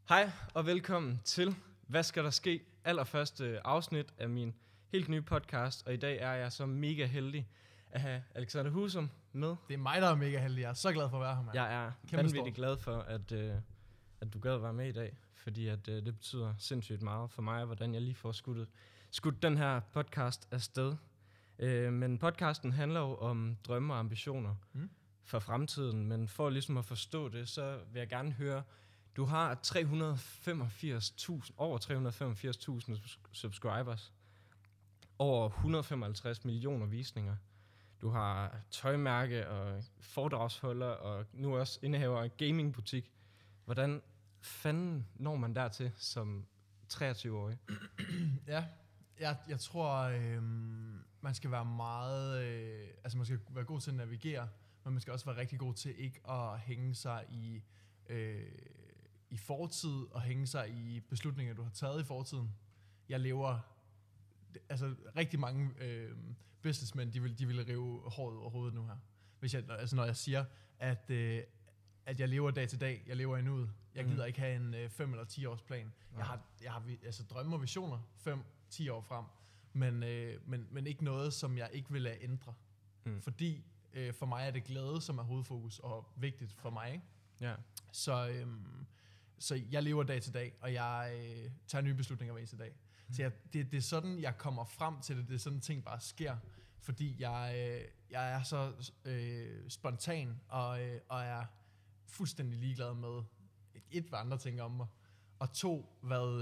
Hej og velkommen til Hvad skal der ske? Allerførste afsnit af min helt nye podcast. Og i dag er jeg så mega heldig at have Alexander Husum med. Det er mig, der er mega heldig. Jeg er så glad for at være her, mand. Jeg er vanvittigt glad for, at du gad at være med i dag. Fordi at det betyder sindssygt meget for mig, hvordan jeg lige får skudt den her podcast afsted. Men podcasten handler jo om drømme og ambitioner for fremtiden. Men for ligesom at forstå det, så vil jeg gerne høre, du har over 385.000 subscribers, over 155 millioner visninger. Du har tøjmærke og foredragsholder og nu også indehaver af gamingbutik. Hvordan fanden når man dertil som 23-årig? Ja, jeg tror, man skal være meget... man skal være god til at navigere, men man skal også være rigtig god til ikke at hænge sig i fortid og hænge sig i beslutninger, du har taget i fortiden. Jeg lever... Altså, rigtig mange businessmen, de vil rive håret over hovedet nu her. Når jeg siger, at jeg lever dag til dag, jeg lever i nuet. Jeg gider ikke have en 5 eller 10 års plan. Jeg har drømme og visioner 5-10 år frem, men ikke noget, som jeg ikke vil lade ændre. Fordi for mig er det glæde, som er hovedfokus og vigtigt for mig. Ikke? Ja. Så jeg lever dag til dag, og jeg tager nye beslutninger hver eneste dag. Så det er sådan, jeg kommer frem til det. Det er sådan, ting bare sker. Fordi jeg er så spontan, og er fuldstændig ligeglad med hvad andre tænker om mig. Og 2,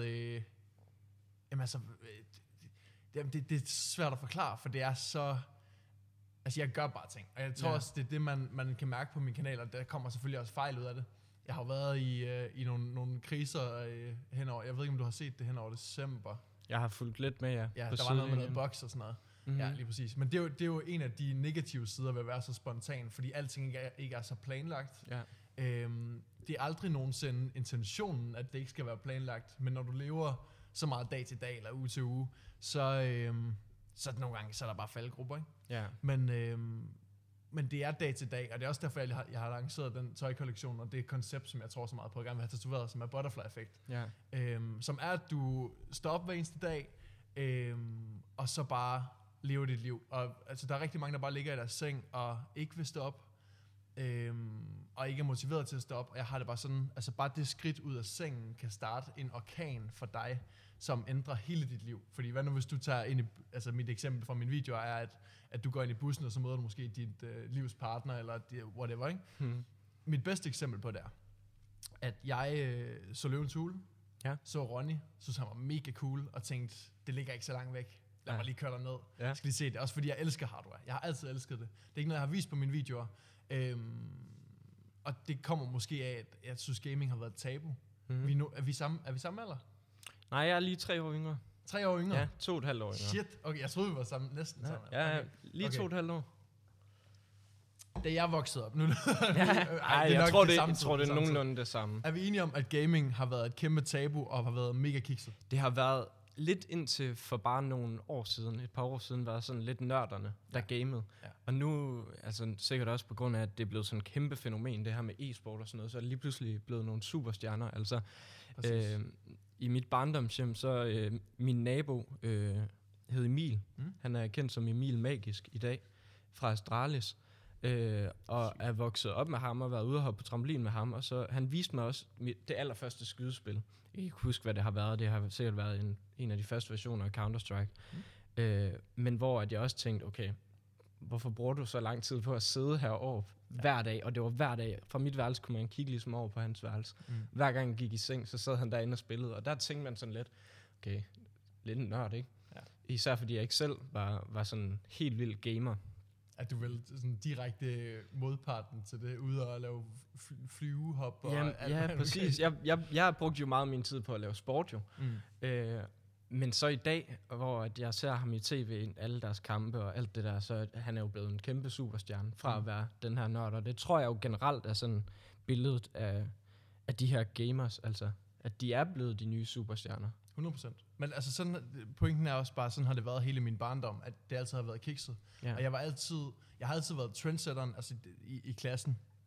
det er svært at forklare, for det er så... Altså, jeg gør bare ting. Og jeg tror også, det er det, man kan mærke på mine kanaler. Der kommer selvfølgelig også fejl ud af det. Jeg har været i nogle kriser henover. Jeg ved ikke, om du har set det henover december. Jeg har fulgt lidt med, ja. Ja, der var noget med noget boks og sådan noget. Ja, lige præcis. Men det er jo en af de negative sider ved at være så spontan, fordi alting ikke er så planlagt. Ja. Det er aldrig nogensinde intentionen, at det ikke skal være planlagt. Men når du lever så meget dag til dag eller uge til uge, så nogle gange så er der bare faldgrupper, ikke? Ja. Men det er dag til dag, og det er også derfor, jeg har lanceret den tøjkollektion, og det koncept, som jeg tror så meget på, at jeg gerne vil have tatoveret, som er butterfly-effekt. Ja. Som er, at du står op hver eneste dag, og så bare lever dit liv. Og altså, der er rigtig mange, der bare ligger i deres seng, og ikke vil stå op, og ikke er motiveret til at stå op. Og jeg har det bare sådan, altså bare det skridt ud af sengen, kan starte en orkan for dig, som ændrer hele dit liv. Fordi hvad nu, hvis du tager ind i, altså mit eksempel fra min video er, at du går ind i bussen, og så møder du måske dit livs partner, eller whatever, ikke? Mit bedste eksempel på det er, at jeg så Løvens Hule, så Ronny, synes han var mega cool, og tænkte, det ligger ikke så langt væk. Lad mig lige køre derned. Jeg skal lige se det. Også fordi jeg elsker hardware. Jeg har altid elsket det. Det er ikke noget, jeg har vist på mine videoer. Og det kommer måske af, at jeg synes, gaming har været et tabu. Er vi samme alder? Nej, jeg er lige 3 år yngre. 3 år yngre? Ja, 2,5 år yngre. Shit, okay, jeg troede, vi var næsten sammen. Ja, okay. Lige 2,5 år. Da jeg voksede op nu. Jeg tror, det er nogenlunde det samme. Er vi enige om, at gaming har været et kæmpe tabu, og har været mega kikset? Det har været lidt indtil for bare nogle år siden, et par år siden, var sådan lidt nørderne, der gamede. Ja. Og nu, altså sikkert også på grund af, at det er blevet sådan et kæmpe fænomen, det her med e-sport og sådan noget, så er det lige pludselig blevet nogle superstjerner. Altså, i mit barndomshjem, så min nabo hed Emil. Han er kendt som Emil Magisk i dag, fra Astralis. Og er vokset op med ham og været ude og hoppe på trampolin med ham. Og så han viste mig også det allerførste skydespil. Jeg kan ikke huske, hvad det har været. Det har sikkert været en af de første versioner af Counter-Strike. Men hvor at jeg også tænkte, okay, hvorfor bruger du så lang tid på at sidde herovre hver dag? Og det var hver dag. Fra mit værelse kunne man kigge ligesom over på hans værelse. Hver gang jeg gik i seng, så sad han derinde og spillede. Og der tænkte man sådan lidt, okay, lidt en nørd, ikke? Ja. Især fordi jeg ikke selv var sådan helt vild gamer. At du vil sådan direkte modparten til det, ude og lave flyvehop og alt. Ja, præcis. Jeg brugte jo meget af min tid på at lave sport jo. Men så i dag, hvor at jeg ser ham i tv, alle deres kampe og alt det der, så han er jo blevet en kæmpe superstjerne fra at være den her nørd. Og det tror jeg jo generelt er sådan billedet af de her gamers, altså at de er blevet de nye superstjerner. 100%. Men altså sådan, pointen er også bare, sådan har det været hele min barndom, at det altid har været kikset. Ja. Og jeg har altid været trendsetteren, altså i klassen.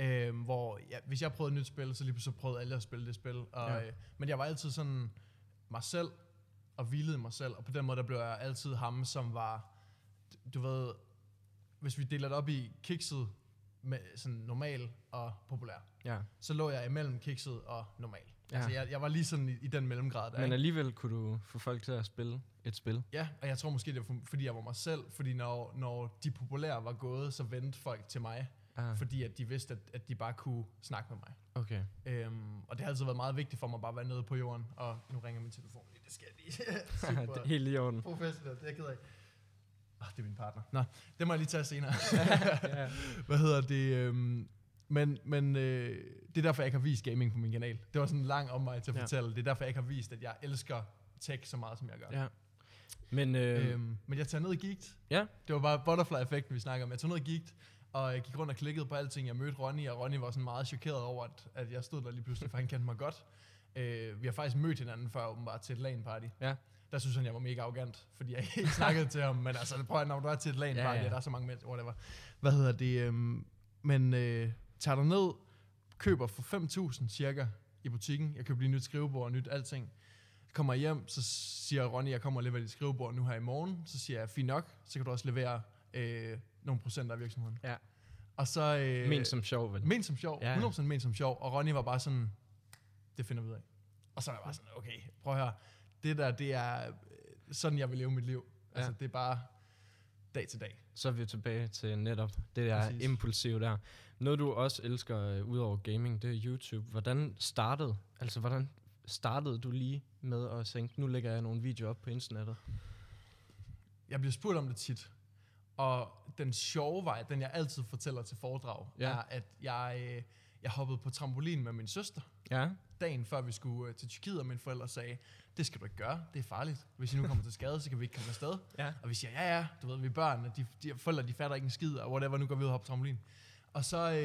Hvor hvis jeg prøvede et nyt spil, så lige pludselig prøvede alle at spille det spil. Men jeg var altid sådan mig selv, og hvilede mig selv, og på den måde, der blev jeg altid ham, som var, du ved, hvis vi deler det op i kikset, med sådan normal og populær, så lå jeg imellem kikset og normal. Altså jeg var lige sådan i den mellemgrad der. Men alligevel kunne du få folk til at spille et spil? Ja, og jeg tror måske, det var fordi jeg var mig selv, fordi når de populære var gået, så vendte folk til mig, fordi at de vidste, at de bare kunne snakke med mig. Okay. Og det har altid været meget vigtigt for mig bare at være nede på jorden, og nu ringer min telefon. Det skal jeg lige. Det er helt i orden. Professionelt, det er jeg ked af. Det er min partner. Nå, det må jeg lige tage senere. Hvad hedder det? Men det er derfor, jeg ikke har vist gaming på min kanal. Det var sådan en lang om mig til at fortælle. Det er derfor, jeg ikke har vist, at jeg elsker tech så meget, som jeg gør. Ja. Men jeg tager ned og geeked. Ja. Det var bare butterfly-effekten, vi snakker om. Jeg tog ned og geeked, og jeg gik rundt og klikkede på alting. Jeg mødte Ronny, og Ronny var sådan meget chokeret over, at jeg stod der lige pludselig, for han kendte mig godt. Vi har faktisk mødt hinanden før, åbenbart til et LAN-party. Ja. Der synes han, jeg var mega arrogant, fordi jeg ikke snakkede til ham. Men altså, prøv at når du er til et LAN-party, der er så mange mennesker, whatever. Hvad hedder det? Tager der ned, køber for 5.000 cirka i butikken. Jeg køber lige nyt skrivebord og nyt alting. Kommer hjem, så siger Ronny, jeg kommer og leverer dit skrivebord nu her i morgen. Så siger jeg, fint nok, så kan du også levere nogle procenter af virksomheden. Ja. Og så... men som sjov, vel? Men som sjov, ja. 100% men som sjov. Og Ronny var bare sådan, det finder vi ud af. Og så var jeg bare sådan, okay, prøv at høre. Det er sådan, jeg vil leve mit liv. Altså, det er bare dag til dag. Så er vi tilbage til netop det der impulsive der. Noget, du også elsker ud over gaming, det er YouTube. Hvordan startede du lige med at tænke, nu lægger jeg nogle videoer op på internettet? Jeg bliver spurgt om det tit. Og den sjove vej, den jeg altid fortæller til foredrag, er, at jeg hoppede på trampolin med min søster. Ja. Dagen før vi skulle til Tyrkiet, og mine forældre sagde, det skal du ikke gøre, det er farligt. Hvis I nu kommer til skade, så kan vi ikke komme afsted. Ja. Og vi siger, ja, du ved, vi er børn, de forældre, de fatter ikke en skid, og whatever, nu går vi ud og hopper på trampolin. Og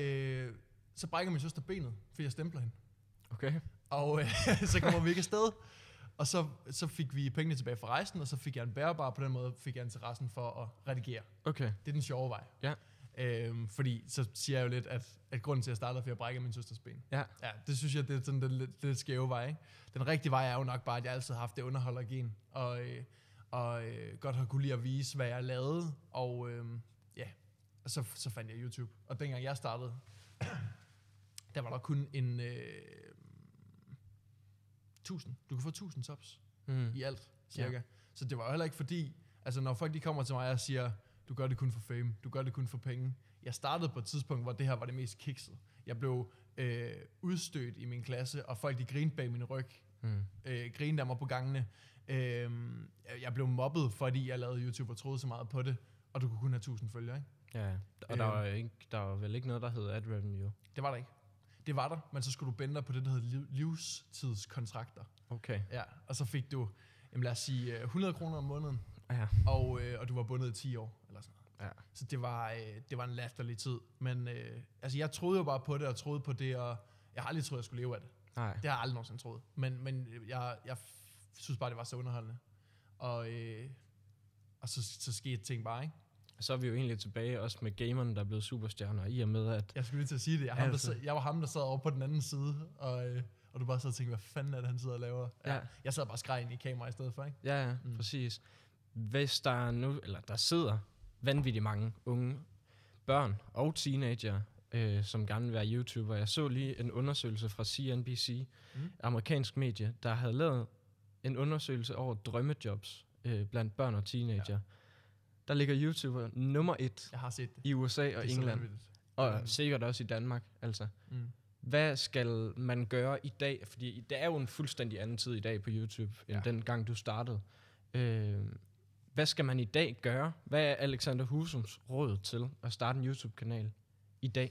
så brækker min søster benet, fordi jeg stempler hende. Okay. Og så kommer vi ikke afsted. Og så fik vi pengene tilbage fra rejsen, og så fik jeg en bærbar, på den måde fik jeg interessen for at redigere. Okay. Det er den sjove vej. Ja. Fordi så siger jeg jo lidt, at grunden til at starte, for at jeg brækker min søsters ben. Ja. Ja, det synes jeg, det er sådan den lidt skæve vej, ikke? Den rigtige vej er jo nok bare, at jeg altid har haft det underholdergen, og godt har kunne lide at vise, hvad jeg lavede, og så fandt jeg YouTube. Og dengang jeg startede, der var der kun en 1000. Du kan få 1000 subs i alt, cirka. Ja. Så det var jo heller ikke fordi, altså når folk de kommer til mig og siger, du gør det kun for fame, du gør det kun for penge. Jeg startede på et tidspunkt, hvor det her var det mest kikset. Jeg blev udstødt i min klasse, og folk de grinede bag min ryg. Grinede af mig på gangene. Jeg blev mobbet, fordi jeg lavede YouTube og troede så meget på det, og du kunne kun have 1000 følgere, ikke? Ja, og der var vel ikke noget, der hed ad revenue? Det var der ikke. Det var der, men så skulle du binde dig på det, der hedder livstidskontrakter. Okay. Ja, og så fik du, lad os sige, 100 kroner om måneden, og du var bundet i 10 år, eller sådan noget. Ja. Så det var en latterlig tid. Men altså, jeg troede jo bare på det, og troede på det, og jeg har aldrig troet, jeg skulle leve af det. Nej. Det har jeg aldrig nogensinde troet. Men jeg synes bare, det var så underholdende. Og så skete ting bare, ikke? Så er vi jo egentlig tilbage også med gamerne, der er blevet superstjerner, i og med at... Jeg skulle lige til at sige det. Jeg var ham, der sad over på den anden side, og du bare sad og tænkte, hvad fanden er det, han sidder og laver? Ja. Jeg sad bare og skreg ind i kamera i stedet for, ikke? Ja, præcis. Hvis der nu, eller der sidder vanvittigt mange unge børn og teenager, som gerne vil være YouTuber. Jeg så lige en undersøgelse fra CNBC, amerikansk medie, der havde lavet en undersøgelse over drømmejobs blandt børn og teenager. Ja. Der ligger YouTuber nummer 1 i USA og England. Og sikkert også i Danmark, altså. Hvad skal man gøre i dag? Fordi det er jo en fuldstændig anden tid i dag på YouTube, end den gang du startede. Hvad skal man i dag gøre? Hvad er Alexander Husums råd til at starte en YouTube-kanal i dag?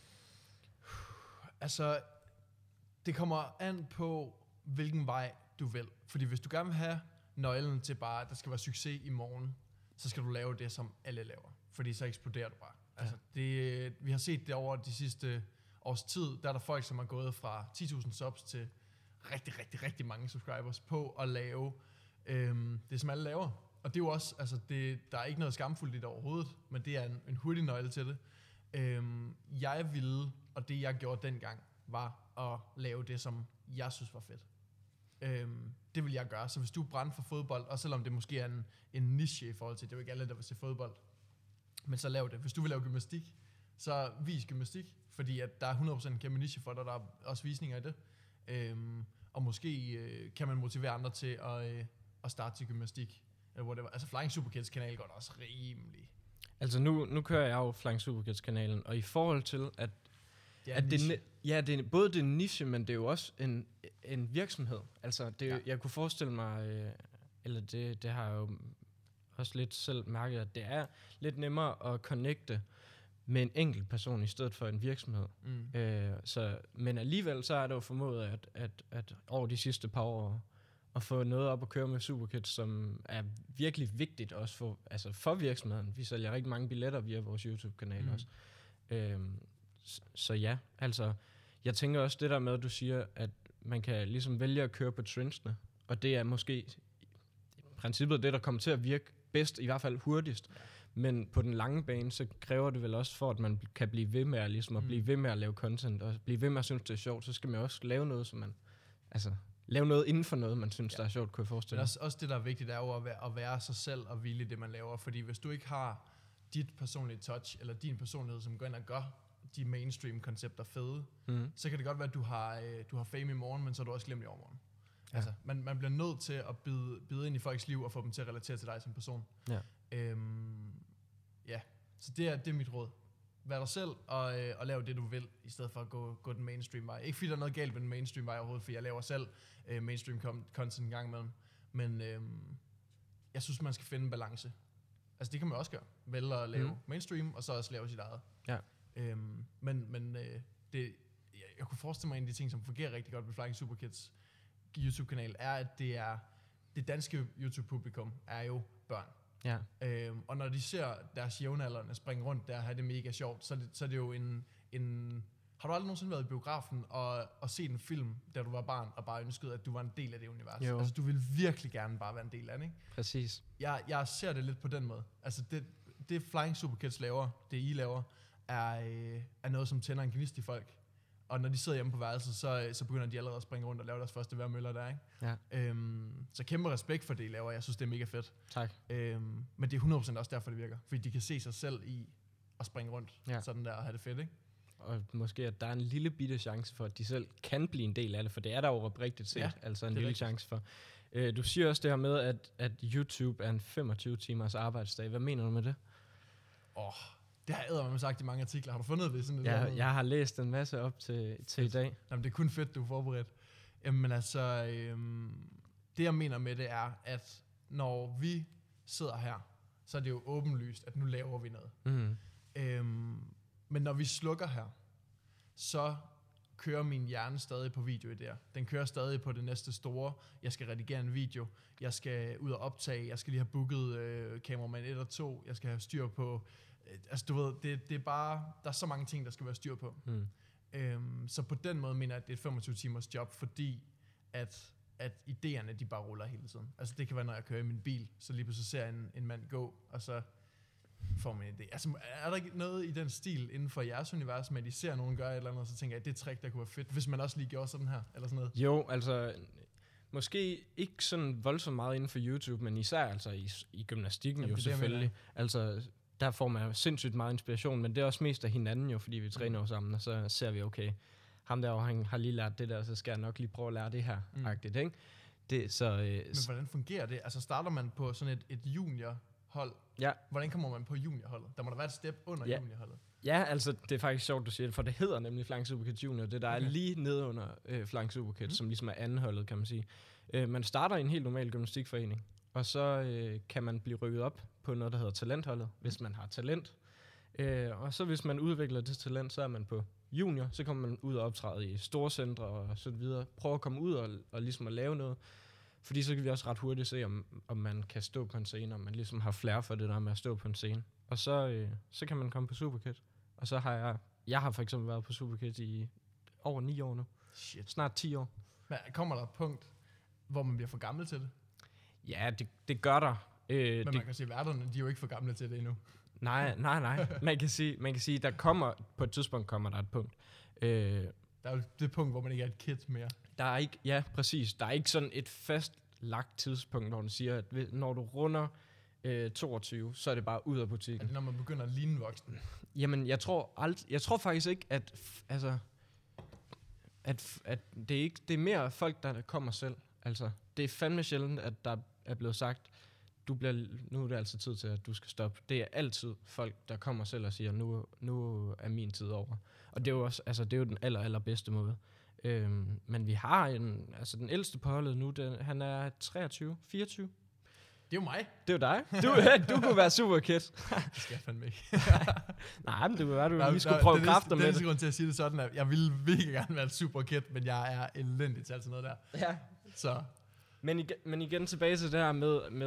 Altså, det kommer an på, hvilken vej du vil. Fordi hvis du gerne vil have nøglen til bare, at der skal være succes i morgen, så skal du lave det, som alle laver. Fordi så eksploderer du bare. Ja. Altså, vi har set det over de sidste års tid, der er der folk, som er gået fra 10.000 subs til rigtig, rigtig, rigtig mange subscribers på at lave det, som alle laver. Og det er jo også, altså der er ikke noget skamfuldt i det overhovedet, men det er en hurtig nøgle til det. Jeg ville, og det jeg gjorde dengang, var at lave det, som jeg synes var fedt. Det vil jeg gøre. Så hvis du brænder for fodbold, og selvom det måske er en niche i forhold til, det er jo ikke alle, der vil se fodbold, men så lav det. Hvis du vil lave gymnastik, så vis gymnastik, fordi at der er 100% en kæmpe niche for dig, der er også visninger i det. Og måske kan man motivere andre til at starte til gymnastik, eller whatever. Altså Flying Superkids kanal går da også rimelig. Altså nu kører jeg jo Flying Superkids kanalen, og i forhold til, at det er både det niche, men det er jo også en virksomhed. Altså, jeg kunne forestille mig, eller det har jeg jo også lidt selv mærket, at det er lidt nemmere at connecte med en enkelt person i stedet for en virksomhed. Men alligevel så er det jo formået, at over de sidste par år at få noget op at køre med Superkids, som er virkelig vigtigt også for virksomheden. Vi sælger rigtig mange billetter via vores YouTube-kanal også. Så ja, altså, jeg tænker også det der med, at du siger, at man kan ligesom vælge at køre på trendsene, og det er måske i princippet det, der kommer til at virke bedst, i hvert fald hurtigst. Men på den lange bane, så kræver det vel også for, at man kan blive ved med at, ligesom, at blive ved med at lave content, og blive ved med at synes, det er sjovt, så skal man også lave noget, som man, altså, lave noget inden for noget, man synes, der er sjovt, kunne jeg forestille mig. Også det, der er vigtigt, er jo at være sig selv og hvile i det, man laver, fordi hvis du ikke har dit personlige touch, eller din personlighed, som går ind og gør de mainstream-koncepter fede, så kan det godt være, at du har fame i morgen, men så er du også glemt i overmorgen. Ja. Altså, man bliver nødt til at bide ind i folks liv og få dem til at relatere til dig som person. Ja. Så det er mit råd. Vær dig selv og lav det, du vil, i stedet for at gå den mainstream-vej. Ikke fordi der er noget galt med den mainstream-vej overhovedet, for jeg laver selv mainstream-content en gang imellem. Men jeg synes, man skal finde en balance. Altså det kan man også gøre. Vælge at lave mainstream, og så også lave sit eget. Ja. Jeg kunne forestille mig, en af de ting, som fungerer rigtig godt ved Flying Superkids YouTube-kanal, er, at det danske YouTube-publikum er jo børn. Ja. Og når de ser deres jævnaldrende springe rundt der og have det mega sjovt, så er det jo en... Har du aldrig nogensinde været i biografen og set en film, da du var barn, og bare ønskede, at du var en del af det univers? Jo. Altså, du vil virkelig gerne bare være en del af det, ikke? Præcis. Jeg ser det lidt på den måde. Altså, det Flying Superkids laver, det I laver, er noget, som tænder en gnist i folk. Og når de sidder hjemme på værelset, så begynder de allerede at springe rundt og lave deres første vejrmøller der, ikke? Ja. Så kæmpe respekt for det, I laver. Jeg synes, det er mega fedt. Tak. Men det er 100% også derfor, det virker. Fordi de kan se sig selv i at springe rundt sådan der og have det fedt, ikke? Og måske, at der er en lille bitte chance for, at de selv kan blive en del af det, for det er der jo oprigtigt set, altså en lille chance for. Du siger også det her med, at YouTube er en 25 timers arbejdsdag. Hvad mener du med det? Det har jeg man sagt i mange artikler. Har du fundet det? Sådan Jeg har læst en masse op til i dag. Jamen, det er kun fedt, du er forberedt. Men altså, det jeg mener med det er, at når vi sidder her, så er det jo åbenlyst, at nu laver vi noget. Men når vi slukker her, så kører min hjerne stadig på videoidéer. Den kører stadig på det næste store. Jeg skal redigere en video. Jeg skal ud og optage. Jeg skal lige have booket kameramand 1 og 2. Jeg skal have styr på... Altså du ved, det er bare... Der er så mange ting, der skal være styr på. Så på den måde mener jeg, at det er et 25 timers job, fordi at idéerne, de bare ruller hele tiden. Altså det kan være, når jeg kører i min bil, så lige pludselig ser jeg en mand gå, og så får man en idé. Altså er der ikke noget i den stil inden for jeres univers, med at I ser nogen gøre et eller andet, og så tænker jeg, at det er et trick, der kunne være fedt, hvis man også lige gjorde sådan her, eller sådan noget? Jo, altså... Måske ikke sådan voldsomt meget inden for YouTube, men især altså i gymnastikken. Jamen, jo selvfølgelig. Altså, der får man sindssygt meget inspiration, men det er også mest af hinanden jo, fordi vi træner jo sammen, og så ser vi, okay, ham der, han har lige lært det der, så skal jeg nok lige prøve at lære det her, agtigt, ikke? Men hvordan fungerer det? Altså starter man på sådan et juniorhold? Ja. Hvordan kommer man på juniorholdet? Der må der være et step under juniorholdet. Ja, altså det er faktisk sjovt, du siger det, for det hedder nemlig Flying Superkids Junior. Det der er lige nede under Flying Superkids, som ligesom er andenholdet, kan man sige. Man starter i en helt normal gymnastikforening, og så kan man blive rykket op på noget, der hedder talentholdet, hvis man har talent. Og så hvis man udvikler det talent, så er man på junior, så kommer man ud og optræde i store centre og så videre. Prøv at komme ud og ligesom at lave noget. Fordi så kan vi også ret hurtigt se, om man kan stå på en scene, om man ligesom har flair for det der med at stå på en scene. Og så kan man komme på Superkids. Og så har jeg har for eksempel været på Superkids i over 9 år nu. Shit. Snart 10 år. Men kommer der et punkt, hvor man bliver for gammel til det? Ja, det gør der. Men man kan sige, at værterne, de er jo ikke for gamle til det endnu. Nej. Man kan sige, der kommer, på et tidspunkt kommer der et punkt. Der er jo det punkt, hvor man ikke er et kid mere. Der er ikke, ja, præcis. Der er ikke sådan et fastlagt tidspunkt, hvor den siger, at når du runder 22, så er det bare ud af butikken. Er det, når man begynder at ligne voksen? Jamen, jeg tror faktisk ikke, at det er mere folk, der kommer selv. Altså, det er fandme sjældent, at der er blevet sagt, nu er det altså tid til, at du skal stoppe. Det er altid folk, der kommer selv og siger, nu er min tid over. Og det er jo også, altså, det er jo den allerbedste måde. Men vi har den ældste på holdet nu, han er 23, 24. Det er jo mig. Det er jo dig. Du kunne være super kid. Det skal jeg fandme ikke. Nej, men det kunne være, vi skulle prøve kræfter med det. Det er grund til at sige det sådan, at jeg ville virkelig gerne være super kid, men jeg er elendig til sådan noget der. Ja. Så. Men igen tilbage til det her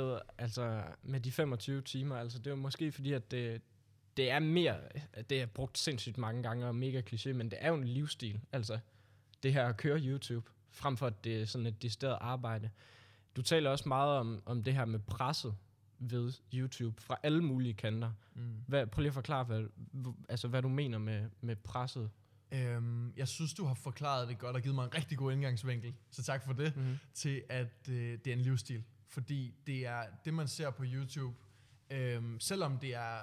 med de 25 timer. Altså, det er jo måske fordi, at det er mere, det er brugt sindssygt mange gange og mega kliché, men det er jo en livsstil. Altså, det her at køre YouTube, frem for at det er sådan et decideret arbejde. Du taler også meget om det her med presset ved YouTube fra alle mulige kanter. Prøv lige at forklare, hvad du mener med presset. Jeg synes, du har forklaret det godt og givet mig en rigtig god indgangsvinkel. Så tak for det, til at det er en livsstil. Fordi det er det, man ser på YouTube. Selvom det er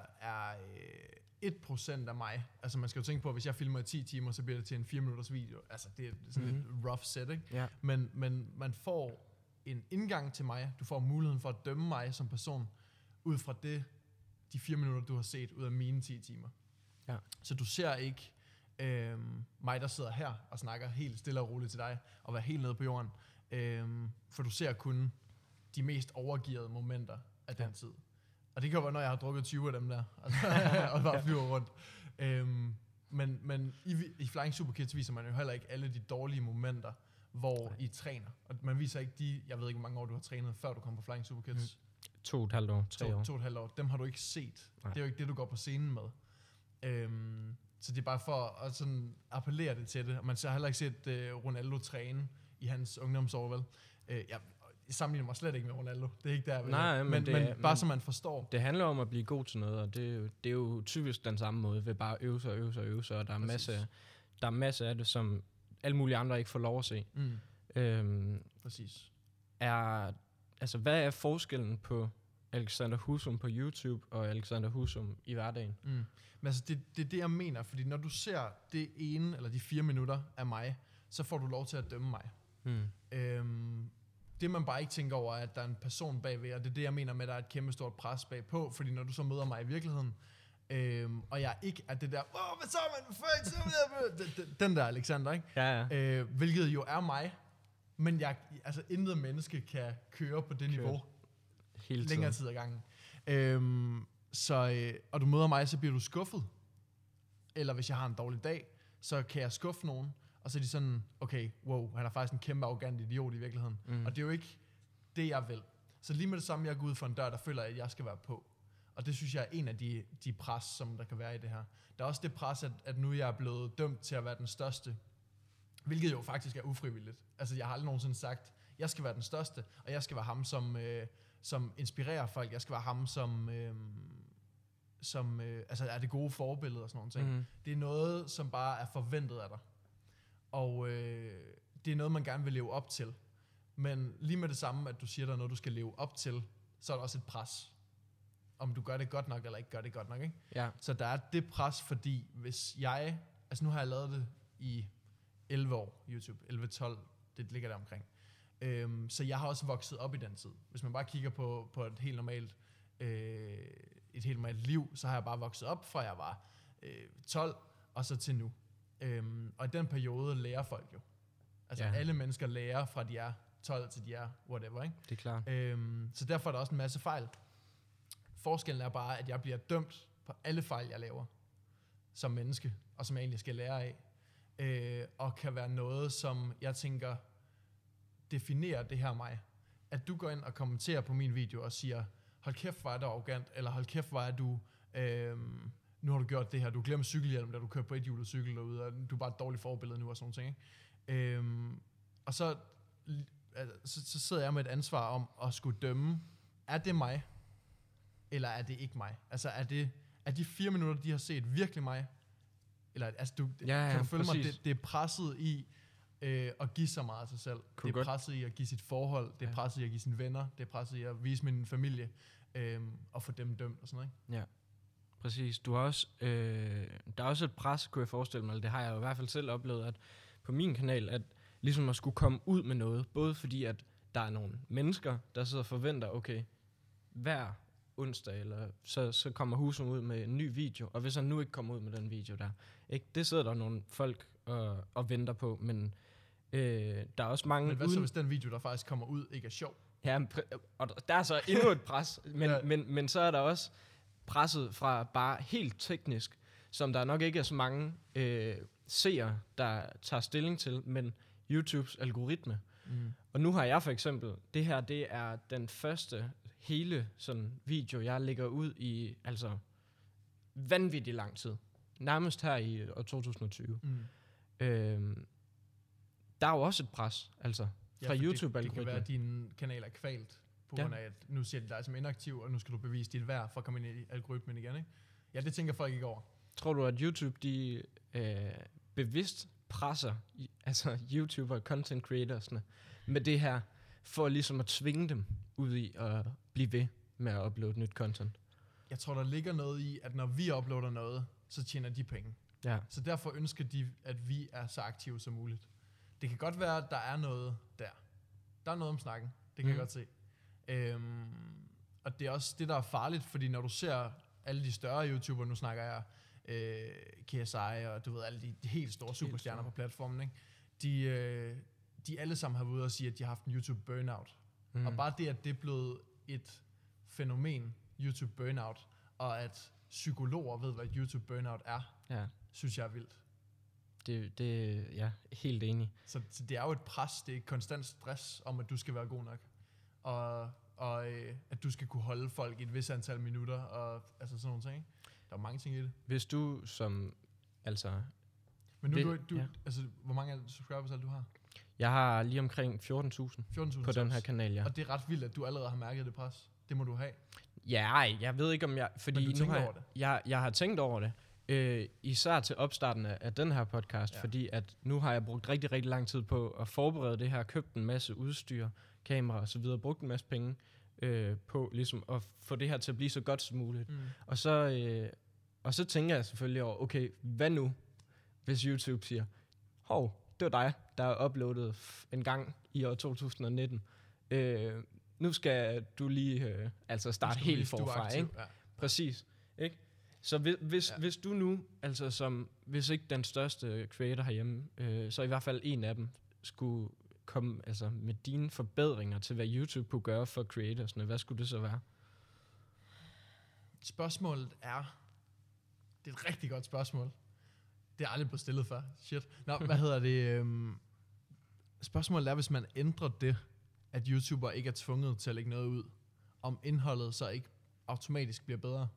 1% af mig. Altså man skal jo tænke på, at hvis jeg filmer i 10 timer, så bliver det til en 4 minutters video. Altså det er sådan et rough set, ikke? Ja. Men man får en indgang til mig. Du får muligheden for at dømme mig som person, ud fra de 4 minutter, du har set ud af mine 10 timer. Ja. Så du ser ikke mig, der sidder her og snakker helt stille og roligt til dig, og være helt nede på jorden. For du ser kun de mest overgearede momenter af den tid. Og det kan jo være, når jeg har drukket 20 af dem der, og bare flyver rundt. Men i Flying Super Kids viser man jo heller ikke alle de dårlige momenter, hvor I træner. Og man viser ikke jeg ved ikke, hvor mange år du har trænet, før du kom på Flying Super Kids. 2,5 år, 3 år. 2,5 år. Dem har du ikke set. Nej. Det er jo ikke det, du går på scenen med. Så det er bare for at sådan appellere det til det. Og man har heller ikke set Ronaldo træne i hans ungdomsår, vel? Jeg sammenligner mig slet ikke med Ronaldo. Det er ikke der. Nej, men bare så man forstår. Det handler om at blive god til noget, og det er jo typisk den samme måde, ved bare at øve sig, og der er masser af det, som alle mulige andre ikke får lov at se. Præcis. Hvad er forskellen på Alexander Husum på YouTube og Alexander Husum i hverdagen? Men altså, det er det, jeg mener, fordi når du ser det ene, eller de 4 minutter af mig, så får du lov til at dømme mig. Det man bare ikke tænker over, er, at der er en person bagved, og det er det, jeg mener med, at der er et kæmpe stort pres bagpå, fordi når du så møder mig i virkeligheden, og jeg ikke er det der, hvad så man, den der Alexander, ikke? Ja. Hvilket jo er mig, men intet menneske kan køre på det niveau længere tid ad gangen. Og du møder mig, så bliver du skuffet. Eller hvis jeg har en dårlig dag, så kan jeg skuffe nogen, og så er de sådan, okay, wow, han er faktisk en kæmpe arrogant idiot i virkeligheden. Og det er jo ikke det, jeg vil. Så lige med det samme, jeg går ud for en dør, der føler jeg, at jeg skal være på. Og det synes jeg er en af de pres, som der kan være i det her. Der er også det pres, at nu jeg er blevet dømt til at være den største, hvilket jo faktisk er ufrivilligt. Altså jeg har aldrig nogensinde sagt, jeg skal være den største, og jeg skal være ham, som inspirerer folk. Jeg skal være ham, som er det gode forbillede og sådan nogle ting. Det er noget, som bare er forventet af dig. Og det er noget, man gerne vil leve op til. Men lige med det samme, at du siger, der er noget, du skal leve op til, så er der også et pres. Om du gør det godt nok, eller ikke gør det godt nok, ikke? Ja. Så der er det pres, fordi hvis nu har jeg lavet det i 11 år, YouTube, 11-12, det ligger der omkring. Så jeg har også vokset op i den tid. Hvis man bare kigger på et helt normalt liv, så har jeg bare vokset op, fra jeg var 12, og så til nu. Og i den periode lærer folk jo. Altså alle mennesker lærer, fra de er 12 til de er whatever, ikke? Det er klart. Så derfor er der også en masse fejl. Forskellen er bare, at jeg bliver dømt på alle fejl, jeg laver som menneske, og som jeg egentlig skal lære af. Og kan være noget, som jeg tænker, definerer det her mig. At du går ind og kommenterer på min video og siger, hold kæft, hvor er du arrogant, eller hold kæft, hvor er du, nu har du gjort det her, du glemmer cykelhjelm, da du kører på et hjulet cykel derude, og du er bare et dårligt forbillede nu, og sådan noget, ikke? Og så sidder jeg med et ansvar om at skulle dømme, er det mig, eller er det ikke mig? Altså er de 4 minutter, de har set virkelig mig? Eller altså, kan du følge mig? Det er presset i at give så meget af sig selv. Det er presset i at give sit forhold. Det er presset i at give sine venner. Det er presset i at vise min familie. Og få dem dømt og sådan noget, ikke? Ja, præcis. Du har også, der er også et pres, kunne jeg forestille mig, det har jeg jo i hvert fald selv oplevet, at på min kanal, at ligesom at skulle komme ud med noget, både fordi, at der er nogle mennesker, der sidder og forventer, okay, hver onsdag, eller så kommer Husum ud med en ny video, og hvis han nu ikke kommer ud med den video der, ikke, det sidder der nogle folk og venter på, men der er også mange... Men hvad så, hvis den video, der faktisk kommer ud, ikke er sjov? Ja, og der er så endnu et pres, men så er der også presset fra bare helt teknisk, som der nok ikke er så mange seere, der tager stilling til, men YouTubes algoritme. Og nu har jeg for eksempel, det her, det er den første hele sådan video, jeg lægger ud i, altså vanvittig lang tid. Nærmest her i år 2020. Der er jo også et pres, altså, fra YouTube-algoritmen. Det kan være, at din kanal er kvalt, på grund af, at nu ser de dig som inaktiv, og nu skal du bevise dit værd for at komme ind i algoritmen igen, ikke? Ja, det tænker folk ikke over. Tror du, at YouTube, de bevidst presser, altså YouTuber, content creatorsne, med det her, for ligesom at tvinge dem ud i at blive ved med at uploade nyt content? Jeg tror, der ligger noget i, at når vi uploader noget, så tjener de penge. Ja. Så derfor ønsker de, at vi er så aktive som muligt. Det kan godt være, at der er noget der. Der er noget om snakken. Det kan jeg godt se. Og det er også det, der er farligt, fordi når du ser alle de større YouTuber, nu snakker jeg KSI og du ved, alle de helt store superstjerner på platformen, ikke? De alle sammen har været ude og sige, at de har haft en YouTube burnout. Og bare det, at det er blevet et fænomen, YouTube burnout, og at psykologer ved, hvad YouTube burnout er, synes jeg er vildt. Det ja, helt enig. Så det er jo et pres, det er et konstant stress om, at du skal være god nok. Og at du skal kunne holde folk i et vis antal minutter, og altså sådan nogle ting, ikke? Der er mange ting i det. Hvis du som, altså... Men nu, altså, hvor mange subscribers er du har? Jeg har lige omkring 14.000 på den her kanal, ja. Og det er ret vildt, at du allerede har mærket det pres. Det må du have. Ja, jeg ved ikke om jeg... Fordi men du tænker over det? Jeg har tænkt over det. Især til opstarten af den her podcast, fordi at nu har jeg brugt rigtig, rigtig lang tid på at forberede det her, købt en masse udstyr, kamera og så videre, brugt en masse penge på ligesom at få det her til at blive så godt som muligt. Og så tænker jeg selvfølgelig over, okay, hvad nu, hvis YouTube siger, hov, det var dig, der er uploadet en gang i år 2019. Nu skal du lige altså starte helt forfra, ikke? Ja. Præcis, ikke? Så hvis du nu, altså som, hvis ikke den største creator herhjemme, så i hvert fald en af dem, skulle komme altså med dine forbedringer til, hvad YouTube kunne gøre for creatorsne, hvad skulle det så være? Spørgsmålet er, det er et rigtig godt spørgsmål. Det er aldrig blevet stillet før. Shit. Nå, hvad hedder det? Spørgsmålet er, hvis man ændrer det, at YouTuber ikke er tvunget til at lægge noget ud, om indholdet så ikke automatisk bliver bedre.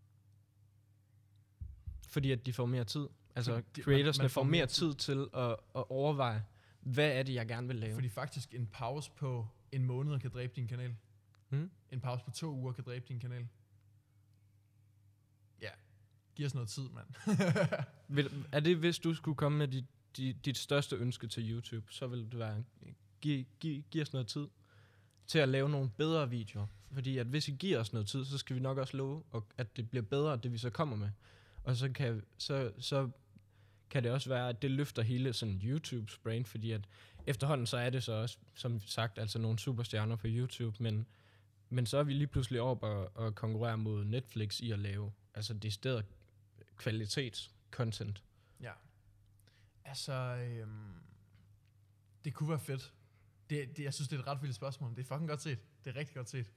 Fordi at de får mere tid. Altså creatorsne får mere tid til at overveje, hvad er det, jeg gerne vil lave. Fordi faktisk en pause på en måned kan dræbe din kanal. En pause på 2 uger kan dræbe din kanal. Ja, giv os noget tid, mand. Er det, hvis du skulle komme med dit største ønske til YouTube, så vil det være, giv os noget tid til at lave nogle bedre videoer. Fordi at hvis I giver os noget tid, så skal vi nok også love, at det bliver bedre, det vi så kommer med. Og så kan det også være, at det løfter hele sådan YouTubes brand, fordi at efterhånden så er det så også, som sagt, altså nogle superstjerner på YouTube, men så er vi lige pludselig over på at konkurrere mod Netflix i at lave altså decideret kvalitetscontent. Ja. Altså, det kunne være fedt. Jeg synes, det er et ret vildt spørgsmål. Det er fucking godt set. Det er rigtig godt set.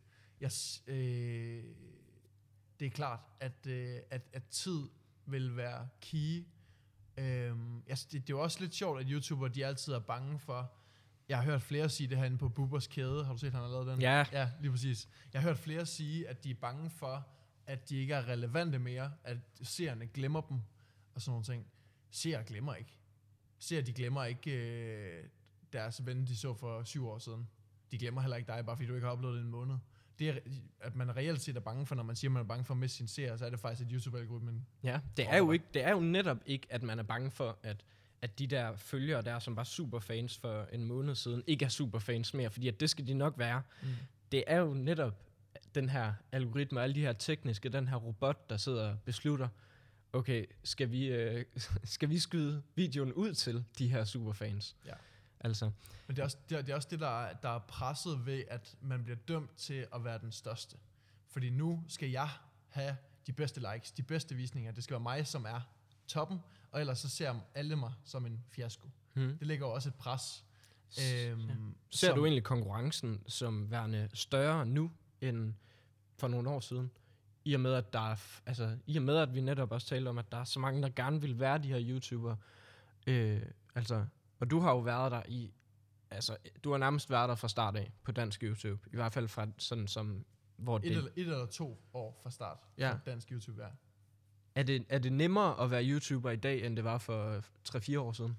Det er klart, at tid vil være key. Det er jo også lidt sjovt, at YouTuber, de altid er bange for... Jeg har hørt flere sige det herinde på Bubbers Kæde. Har du set, han har lavet den? Ja. Ja, lige præcis. Jeg har hørt flere sige, at de er bange for, at de ikke er relevante mere, at seerne glemmer dem, og sådan nogle ting. Seere glemmer ikke. De glemmer ikke deres ven, de så for 7 år siden. De glemmer heller ikke dig, bare fordi du ikke har uploadet en måned. det er, at man reelt set er bange for, når man siger, at man er bange for at miste sin serie, så er det faktisk, at YouTube-algoritmen... Ja, det er jo netop ikke, at man er bange for, at de der følgere der, som var superfans for en måned siden, ikke er superfans mere, fordi at det skal de nok være. Det er jo netop den her algoritme, og alle de her tekniske, den her robot, der sidder og beslutter, okay, skal vi skyde videoen ud til de her superfans? Ja. Altså. Men det er også det, der er presset ved, at man bliver dømt til at være den største. Fordi nu skal jeg have de bedste likes, de bedste visninger. Det skal være mig, som er toppen, og ellers så ser alle mig som en fiasko. Det lægger også et pres. Ser du egentlig konkurrencen som værende større nu, end for nogle år siden? I og med, at vi netop også talte om, at der er så mange, der gerne vil være de her YouTubere. Og du har jo været der du har nærmest været der fra start af på dansk YouTube. I hvert fald fra sådan som, hvor et eller 2 år fra start på dansk YouTube, ja. Er det nemmere at være YouTuber i dag, end det var for 3-4 år siden?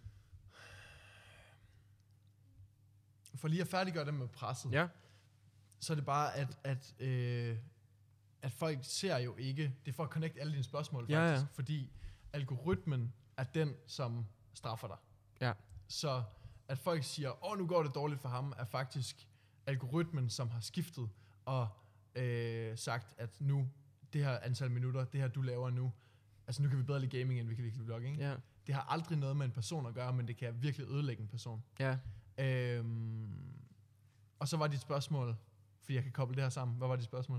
For lige at færdiggøre det med presset, så er det bare, at folk ser jo ikke, det er for at connecte alle dine spørgsmål faktisk, fordi algoritmen er den, som straffer dig. Ja. Så at folk siger, nu går det dårligt for ham, er faktisk algoritmen, som har skiftet og sagt, at nu, det her antal minutter, det her du laver nu, altså nu kan vi bedre lide gaming, end vi kan lide vlogging. Ja. Det har aldrig noget med en person at gøre, men det kan virkelig ødelægge en person. Ja. Og så var dit spørgsmål, fordi jeg kan koble det her sammen. Hvad var dit spørgsmål?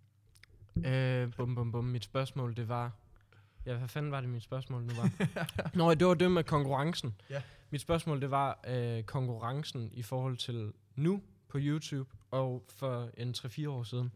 Mit spørgsmål, det var... Ja, hvad fanden var det, mit spørgsmål nu var? Nå, det var det med konkurrencen. Ja. Mit spørgsmål, det var konkurrencen i forhold til nu på YouTube og for en 3-4 år siden.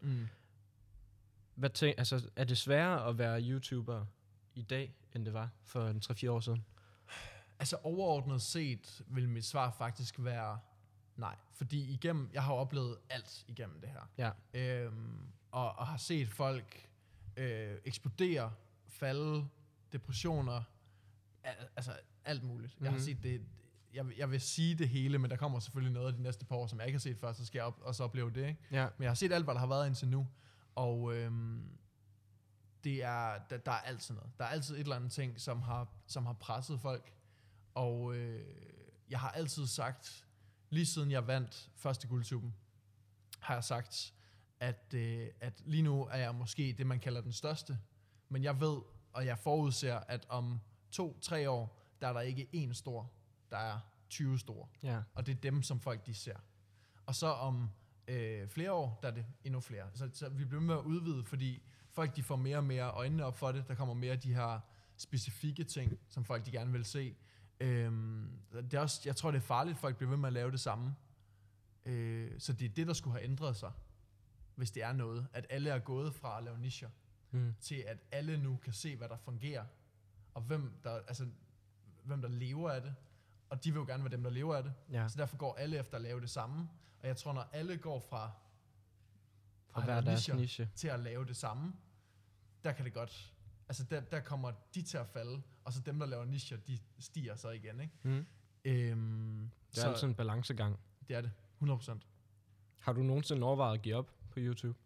Er det sværere at være YouTuber i dag, end det var for en 3-4 år siden? Altså overordnet set vil mit svar faktisk være nej. Fordi jeg har oplevet alt igennem det her. Ja. Og har set folk eksplodere, falde, depressioner, altså alt muligt. Jeg har set det, jeg vil sige det hele, men der kommer selvfølgelig noget af de næste par år, som jeg ikke har set før, så skal jeg også opleve det, ikke? Ja. Men jeg har set alt, hvad der har været indtil nu, og der er altid noget. Der er altid et eller andet ting, som har presset folk, og jeg har altid sagt, lige siden jeg vandt første guldtuben, har jeg sagt, at lige nu er jeg måske det, man kalder den største, men jeg ved, og jeg forudser, at om 2-3 år, der er der ikke én stor, der er 20 store. Ja. Og det er dem, som folk de ser. Og så om flere år, der er det endnu flere. Så vi bliver med at udvide, fordi folk de får mere og mere øjnene op for det. Der kommer mere af de her specifikke ting, som folk de gerne vil se. Det er også, jeg tror, det er farligt, at folk bliver ved med at lave det samme. Så det er det, der skulle have ændret sig, hvis det er noget. At alle er gået fra at lave nicher, til at alle nu kan se, hvad der fungerer, og hvem der lever af det. Og de vil jo gerne være dem, der lever af det. Ja. Så derfor går alle efter at lave det samme. Og jeg tror, når alle går fra at lave niche til at lave det samme, der kan det godt... Altså der kommer de til at falde, og så dem, der laver nicher, de stiger så igen, ikke? Det er altid en balancegang. Det er det, 100%. Har du nogensinde overvejet at give op på YouTube?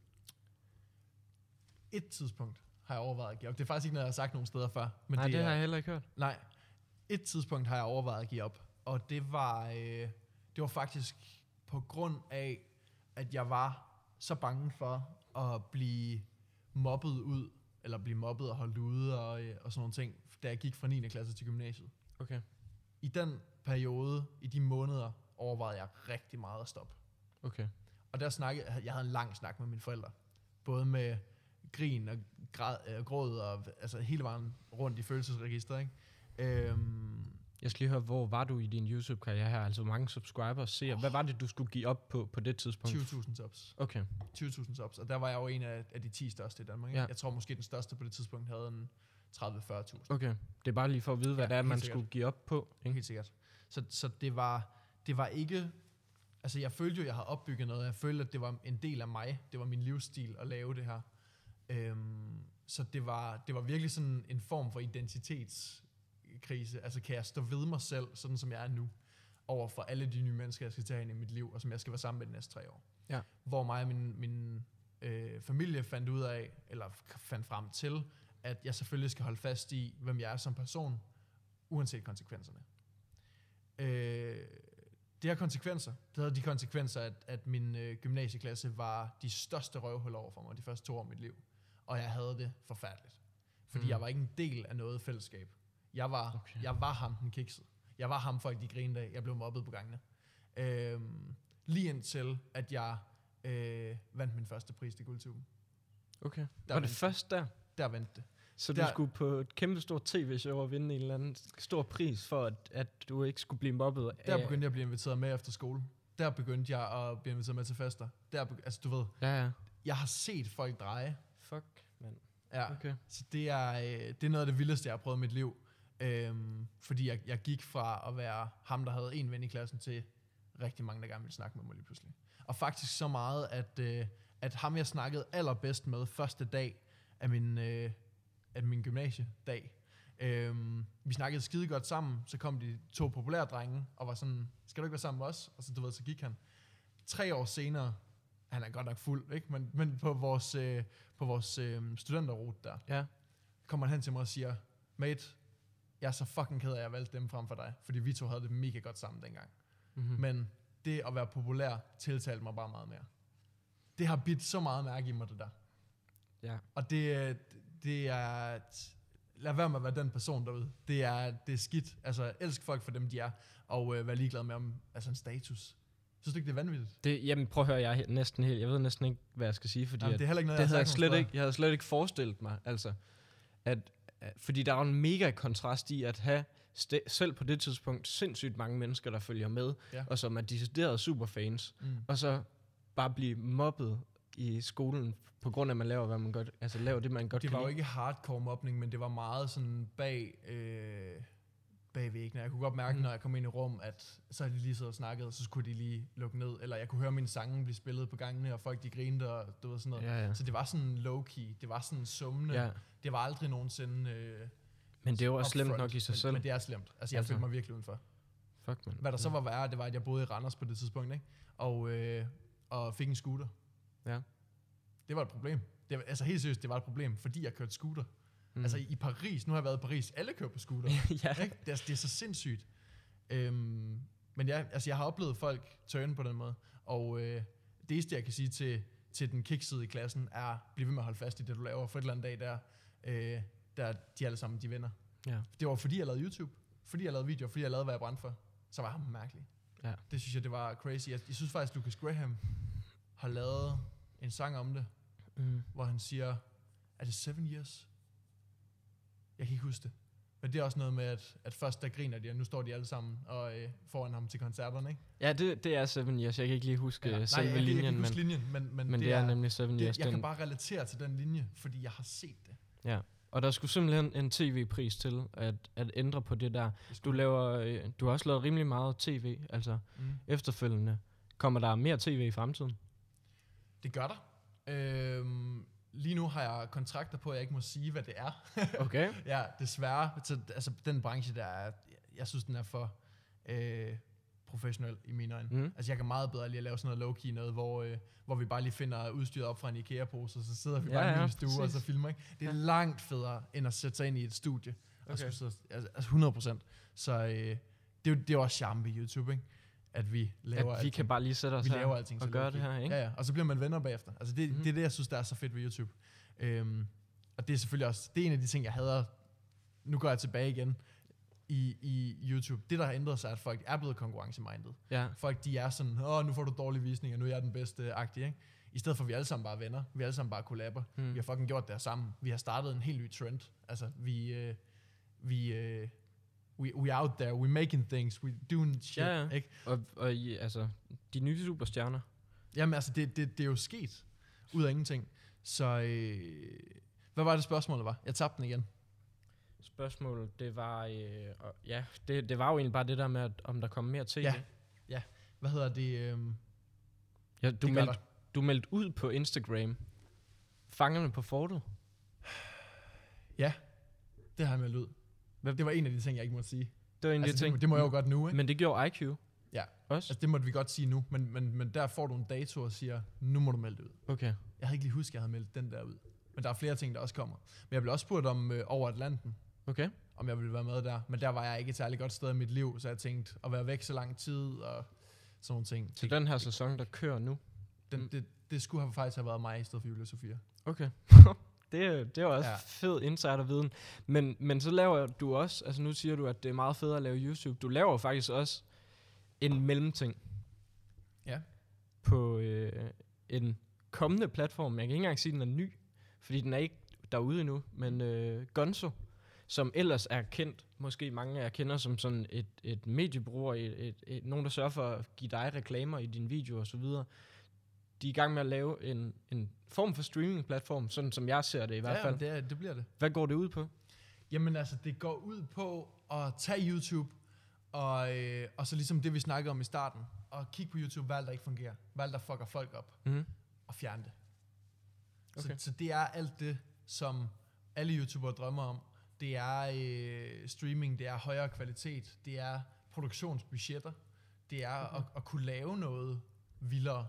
Et tidspunkt har jeg overvejet at give op. Det er faktisk ikke noget, jeg har sagt nogen steder før. Men Nej, det har jeg heller ikke hørt. Nej, et tidspunkt har jeg overvejet at give op, og det var faktisk på grund af, at jeg var så bange for at blive mobbet ud, eller blive mobbet og holdt ude og sådan nogle ting, da jeg gik fra 9. klasse til gymnasiet. Okay. I den periode, i de måneder, overvejede jeg rigtig meget at stoppe. Okay. Og jeg havde en lang snak med mine forældre, både med grin og gråd og altså hele vejen rundt i følelsesregistret, ikke? Jeg skal lige høre, hvor var du i din YouTube-karriere her? Altså, hvor mange subscribers ser? Hvad var det, du skulle give op på det tidspunkt? 20.000 subs. Okay. 20.000 subs, og der var jeg jo en af de 10 største i Danmark. Ja. Jeg tror måske, den største på det tidspunkt havde en 30-40.000. Okay, det er bare lige for at vide, hvad det er, man skulle give op på. Ikke? Helt sikkert. Så det var ikke... Altså, jeg følte jo, jeg havde opbygget noget. Jeg følte, at det var en del af mig. Det var min livsstil at lave det her. Så det var virkelig sådan en form for identitetskrise. Altså, kan jeg stå ved mig selv, sådan som jeg er nu, over for alle de nye mennesker, jeg skal tage ind i mit liv, og som jeg skal være sammen med de næste 3 år. Ja. Hvor mig og min familie fandt ud af, eller fandt frem til, at jeg selvfølgelig skal holde fast i, hvem jeg er som person, uanset konsekvenserne. Det har konsekvenser. Det havde de konsekvenser, at min gymnasieklasse var de største røvhuller over for mig de første 2 år af mit liv. Og jeg havde det forfærdeligt. Fordi jeg var ikke en del af noget fællesskab. Jeg var ham, den kiksede. Jeg var ham, folk de grinede af. Jeg blev mobbet på gangene. Lige indtil, at jeg vandt min første pris til Guldtuben. Okay. Var det først der? Der vandt det. Så du skulle på et kæmpe stort tv-show og vinde en eller anden stor pris, for at du ikke skulle blive mobbet? Der begyndte jeg at blive inviteret med efter skole. Der begyndte jeg at blive inviteret med til fester. Altså du ved, jeg har set folk dreje. Fuck, mand. Ja, okay. Så det er noget af det vildeste, jeg har prøvet i mit liv. Fordi jeg gik fra at være ham, der havde en ven i klassen, til rigtig mange, der gerne ville snakke med mig lige pludselig. Og faktisk så meget, at ham, jeg snakkede allerbedst med første dag af min gymnasiedag. Vi snakkede skide godt sammen, så kom de 2 populære drenge, og var sådan, skal du ikke være sammen med os? Og så, så gik han. 3 år senere, han er godt nok fuld, ikke? Men på vores studenterrute der, kommer han hen til mig og siger, mate, jeg er så fucking ked af, at jeg valgte dem frem for dig, fordi vi 2 havde det mega godt sammen dengang. Mm-hmm. Men det at være populær tiltalte mig bare meget mere. Det har bidt så meget mærke i mig, det der. Ja. Og det er... Lad være med at være den person derude. Det er skidt. Altså, elsk folk for dem, de er, og vær ligeglad med om en status. Synes du ikke, det er vanvittigt? Jamen, prøv at høre, jeg ved næsten ikke, hvad jeg skal sige, fordi det er heller ikke noget, jeg havde slet ikke forestillet mig, altså, fordi der er en mega kontrast i at have selv på det tidspunkt sindssygt mange mennesker, der følger med, og som er deciderede superfans, og så bare blive mobbet i skolen, på grund af, at man laver, hvad man godt, altså laver det, man godt kan. Det var jo ikke hardcore mobning, men det var meget sådan bag væggene. Jeg kunne godt mærke, når jeg kom ind i rum, at så havde de lige siddet og snakket, og så skulle de lige lukke ned. Eller jeg kunne høre mine sange blive spillet på gangene, og folk de grinede, og du ved sådan noget. Ja. Så det var sådan low-key, det var sådan summende. Ja. Det var aldrig nogensinde... men det er jo også slemt nok i sig selv. Men det er slemt. Altså, jeg følte mig virkelig udenfor. Fuck, man. Hvad der så var værre, det var, at jeg boede i Randers på det tidspunkt, ikke? Og fik en scooter. Ja. Det var et problem. Helt seriøst, det var et problem, fordi jeg kørte scooter. Altså i Paris, nu har jeg været i Paris, alle kører på scooter. Ikke? Det er så sindssygt. Men jeg har oplevet folk turn på den måde, og det eneste, jeg kan sige til den kikside i klassen, er, bliv ved med at holde fast i det, du laver. For et eller andet dag, der de alle sammen, de vinder. Ja. Det var fordi, jeg lavede YouTube, fordi jeg lavede videoer, fordi jeg lavede, hvad jeg brændte for. Så var han mærkelig. Ja. Det synes jeg, det var crazy. Jeg synes faktisk, Lucas Graham har lavet en sang om det, hvor han siger, er det 7 years? Jeg kan ikke huske det. Men det er også noget med, at først der griner de, og nu står de alle sammen og foran ham til koncerterne, ikke? Ja, det er 7 years. Jeg kan ikke lige huske selve linjen. Jeg kan ikke huske linjen, men det er nemlig 7 years. Jeg kan bare relatere til den linje, fordi jeg har set det. Ja, og der skulle simpelthen en tv-pris til at ændre på det der. Du har også lavet rimelig meget tv, altså efterfølgende. Kommer der mere tv i fremtiden? Det gør der. Lige nu har jeg kontrakter på, at jeg ikke må sige, hvad det er. Okay. Ja, desværre. Så, altså den branche der er, jeg synes, den er for professionel i mine øjne. Altså jeg kan meget bedre lige at lave sådan noget low-key noget, hvor vi bare lige finder udstyret op fra en IKEA-pose, og så sidder vi bare i min stue, og så filmer, ikke? Det er langt federe, end at sætte sig ind i et studie. Okay. Og sidde, altså 100%. Så det er også charme ved YouTube, ikke? At vi laver at vi kan bare lige sætte os her og gøre det her, ikke? Ja, og så bliver man venner bagefter. Altså det er det, jeg synes, der er så fedt ved YouTube. Og det er selvfølgelig også, det er en af de ting, jeg hader. Nu går jeg tilbage igen i YouTube. Det, der har ændret sig, er, at folk er blevet konkurrencemindet. Ja. Folk, de er sådan, nu får du dårlige visninger, nu er jeg den bedste-agtige, ikke? I stedet for, at vi alle sammen bare er venner. Vi alle sammen bare kollaber. Vi har fucking gjort det her sammen. Vi har startet en helt ny trend. Altså, we out there, we making things, we doing shit, ikke? Og altså, de nye superstjerner. Jamen altså, det er jo sket ud af ingenting. Så, hvad var det spørgsmålet var? Jeg tabte den igen. Spørgsmålet, det var, det var jo egentlig bare det der med, om der kom mere tv. Ja. Hvad hedder det? Du meldte ud på Instagram. Fangerne på fortet. Ja, det har jeg meldt ud. Det var en af de ting, jeg ikke måtte sige. Det var en af de ting. Det må jeg jo godt nu, ikke? Men det gjorde IQ. Ja. Også? Altså, det måtte vi godt sige nu, men der får du en dato og siger, nu må du melde det ud. Okay. Jeg havde ikke lige husket, at jeg havde meldt den der ud. Men der er flere ting, der også kommer. Men jeg blev også spurgt om over Atlanten. Okay. Om jeg ville være med der. Men der var jeg ikke et særligt godt sted i mit liv, så jeg tænkte at være væk så lang tid og sådan nogle ting. Til den her sæson, der kører nu? Det skulle faktisk have været mig i stedet for Julia Sofia. Okay. det er også fed insiderviden. Men så laver du også, altså nu siger du, at det er meget fedt at lave YouTube. Du laver faktisk også en mellemting. Ja. På en kommende platform. Jeg kan ikke engang sige, at den er ny, fordi den er ikke derude endnu. Men Gonzo, som ellers er kendt, måske mange af jer kender som sådan et mediebureau, nogen der sørger for at give dig reklamer i dine videoer og så videre. De er i gang med at lave en form for streaming-platform, sådan som jeg ser det i hvert fald. Ja, det bliver det. Hvad går det ud på? Jamen altså, det går ud på at tage YouTube, og så ligesom det, vi snakkede om i starten, og kigge på YouTube, hvad der ikke fungerer, hvad der fucker folk op, og fjerne det. Okay. Så det er alt det, som alle YouTubere drømmer om. Det er streaming, det er højere kvalitet, det er produktionsbudgetter, det er at kunne lave noget vildere.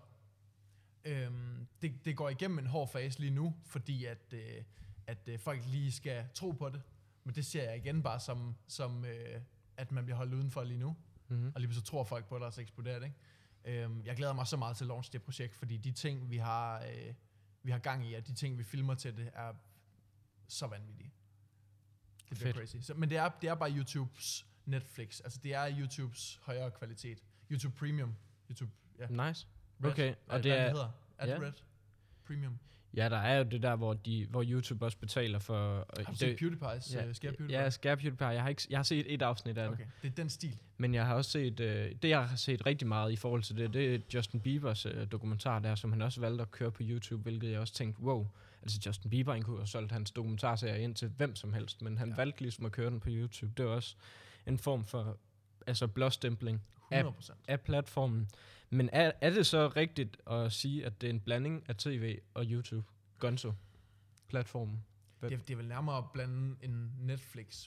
Det går igennem en hård fase lige nu, fordi at folk lige skal tro på det. Men det ser jeg igen bare som at man bliver holdt udenfor lige nu. Og lige så tror folk på det, og så eksploderer det. Ikke? Jeg glæder mig så meget til at launch det projekt, fordi de ting, vi har gang i, og de ting, vi filmer til det, er så vanvittige. Det bliver crazy. Men det er bare YouTubes Netflix. Altså det er YouTubes højere kvalitet. YouTube Premium. YouTube, ja. Nice. Okay. Og det er Red Premium. Ja, der er jo det der, hvor YouTube også betaler for... Har du set PewDiePie's Scare PewDiePie? Ja, Scare PewDiePie. Jeg har set et afsnit af det. Det er den stil. Men jeg har også set... det, jeg har set rigtig meget i forhold til det er Justin Biebers dokumentar der, som han også valgte at køre på YouTube, hvilket jeg også tænkte, wow. Altså Justin Bieber, han kunne have solgt hans dokumentarserie ind til hvem som helst, men han valgte ligesom at køre den på YouTube. Det er også en form for blåstempling af platformen. Men er det så rigtigt at sige, at det er en blanding af TV og YouTube? Gonzo-platformen? Det er vel nærmere at blande en Netflix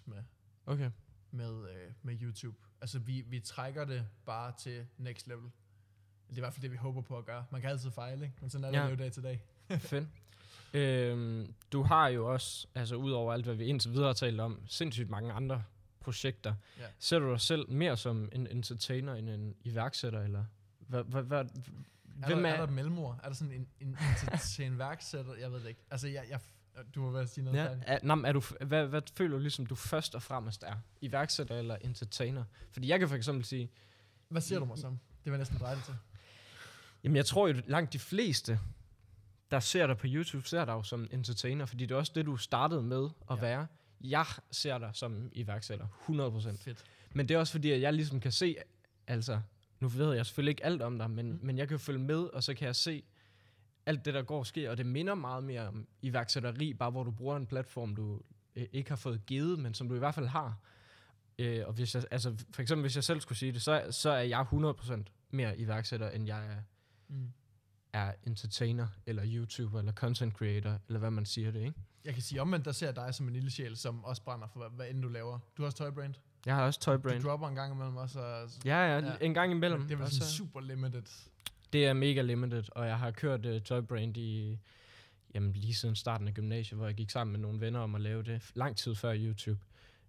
med YouTube. Altså vi trækker det bare til next level. Det er i hvert fald det, vi håber på at gøre. Man kan altid fejle, ikke? Men sådan er det jo dag til dag. Fedt. Du har jo også, altså ud over alt, hvad vi indtil videre har talt om, sindssygt mange andre projekter. Ja. Ser du dig selv mere som en entertainer end en iværksætter, eller hvem er der et mellemord? Er der sådan en værksætter? Jeg ved det ikke. Altså, du må være sige noget. Hvad føler du ligesom, du først og fremmest er? Iværksætter eller entertainer? Fordi jeg kan for eksempel sige... Hvad siger du mig som? Det vil jeg næsten dreje det til. Jamen, jeg tror jo langt de fleste, der ser dig på YouTube, ser dig jo som entertainer, fordi det er også det, du startede med at være. Jeg ser dig som iværksætter, 100%. Fedt. Men det er også fordi, at jeg ligesom kan se, altså... Nu ved jeg selvfølgelig ikke alt om dig, men jeg kan følge med, og så kan jeg se alt det, der går og sker, og det minder meget mere om iværksætteri, bare hvor du bruger en platform, du ikke har fået givet, men som du i hvert fald har. Og hvis jeg, altså for eksempel, hvis jeg selv skulle sige det, så er jeg 100% mere iværksætter, end jeg er entertainer, eller YouTuber, eller content creator, eller hvad man siger det, ikke? Jeg kan sige omvendt, der ser jeg dig som en lille sjæl, som også brænder for, hvad end du laver. Du har også Toybrand. Jeg har også Toybrand. Du dropper en gang imellem også. Ja, en gang imellem. Det er vel sådan super limited. Det er mega limited, og jeg har kørt Toybrand i lige siden starten af gymnasiet, hvor jeg gik sammen med nogle venner om at lave det lang tid før YouTube.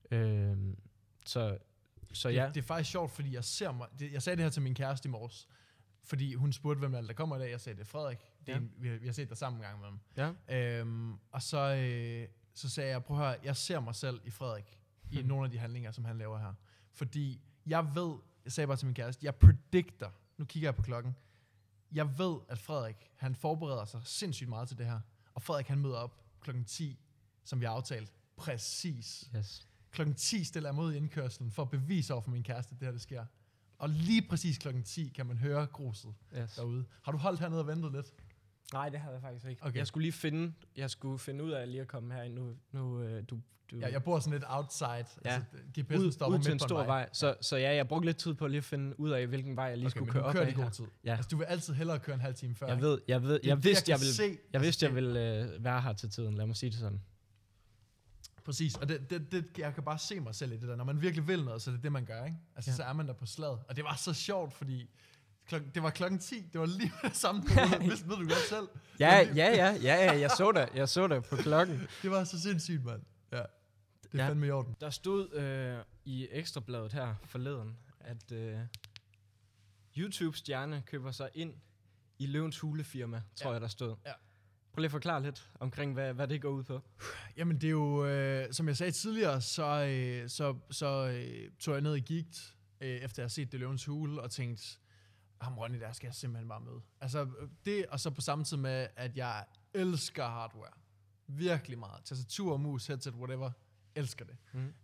Så ja. Det er faktisk sjovt, fordi jeg sagde det her til min kæreste i morges, fordi hun spurgte, hvem der kommer i dag. Jeg sagde, det er Frederik. Vi har set dig sammen en gang med ham. Ja. Og så sagde jeg, prøv at høre, jeg ser mig selv i Frederik i nogle af de handlinger, som han laver her. Fordi jeg sagde bare til min kæreste, jeg predicter, nu kigger jeg på klokken, jeg ved, at Frederik, han forbereder sig sindssygt meget til det her. Og Frederik, han møder op klokken 10, som vi har aftalt. Præcis. Yes. Klokken 10 stiller jeg mod i indkørslen for at bevise over for min kæreste, at det her det sker. Og lige præcis klokken 10 kan man høre gruset derude. Har du holdt hernede og ventet lidt? Nej, det har jeg faktisk ikke. Okay. Jeg skulle finde ud af lige at komme herind nu. Ja, jeg bor sådan lidt outside. Ja. Altså, GPS'en stopper ud til en stor vej. Så ja, jeg brugte lidt tid på lige at finde ud af, hvilken vej jeg lige skulle køre op af. Men du kører i god tid. Ja. Altså, du vil altid hellere køre en halv time før. Jeg vidste, jeg ville være her til tiden. Lad mig sige det sådan. Præcis, og jeg kan bare se mig selv i det der. Når man virkelig vil noget, så er det det, man gør, ikke? Altså, så er man der på slaget. Og det var så sjovt, fordi det var 10:00. Det var lige det samme. Ved du godt selv? Ja, jeg så det på klokken. Det var så sindssygt, mand. Ja, det er fandme i orden. Der stod i Ekstrabladet her forleden, at YouTube-stjerne køber sig ind i Løvens Hule-firma, tror jeg, der stod. Ja. Prøv lige at forklare lidt omkring, hvad det går ud på. Jamen, det er jo, som jeg sagde tidligere, så tog jeg ned i Geeked, efter jeg har set det Løvens Hule, og tænkte, Ronny, der skal jeg simpelthen bare med. Altså, det, og så på samme tid med, at jeg elsker hardware. Virkelig meget. Tastatur, mus, headset, whatever. Elsker det.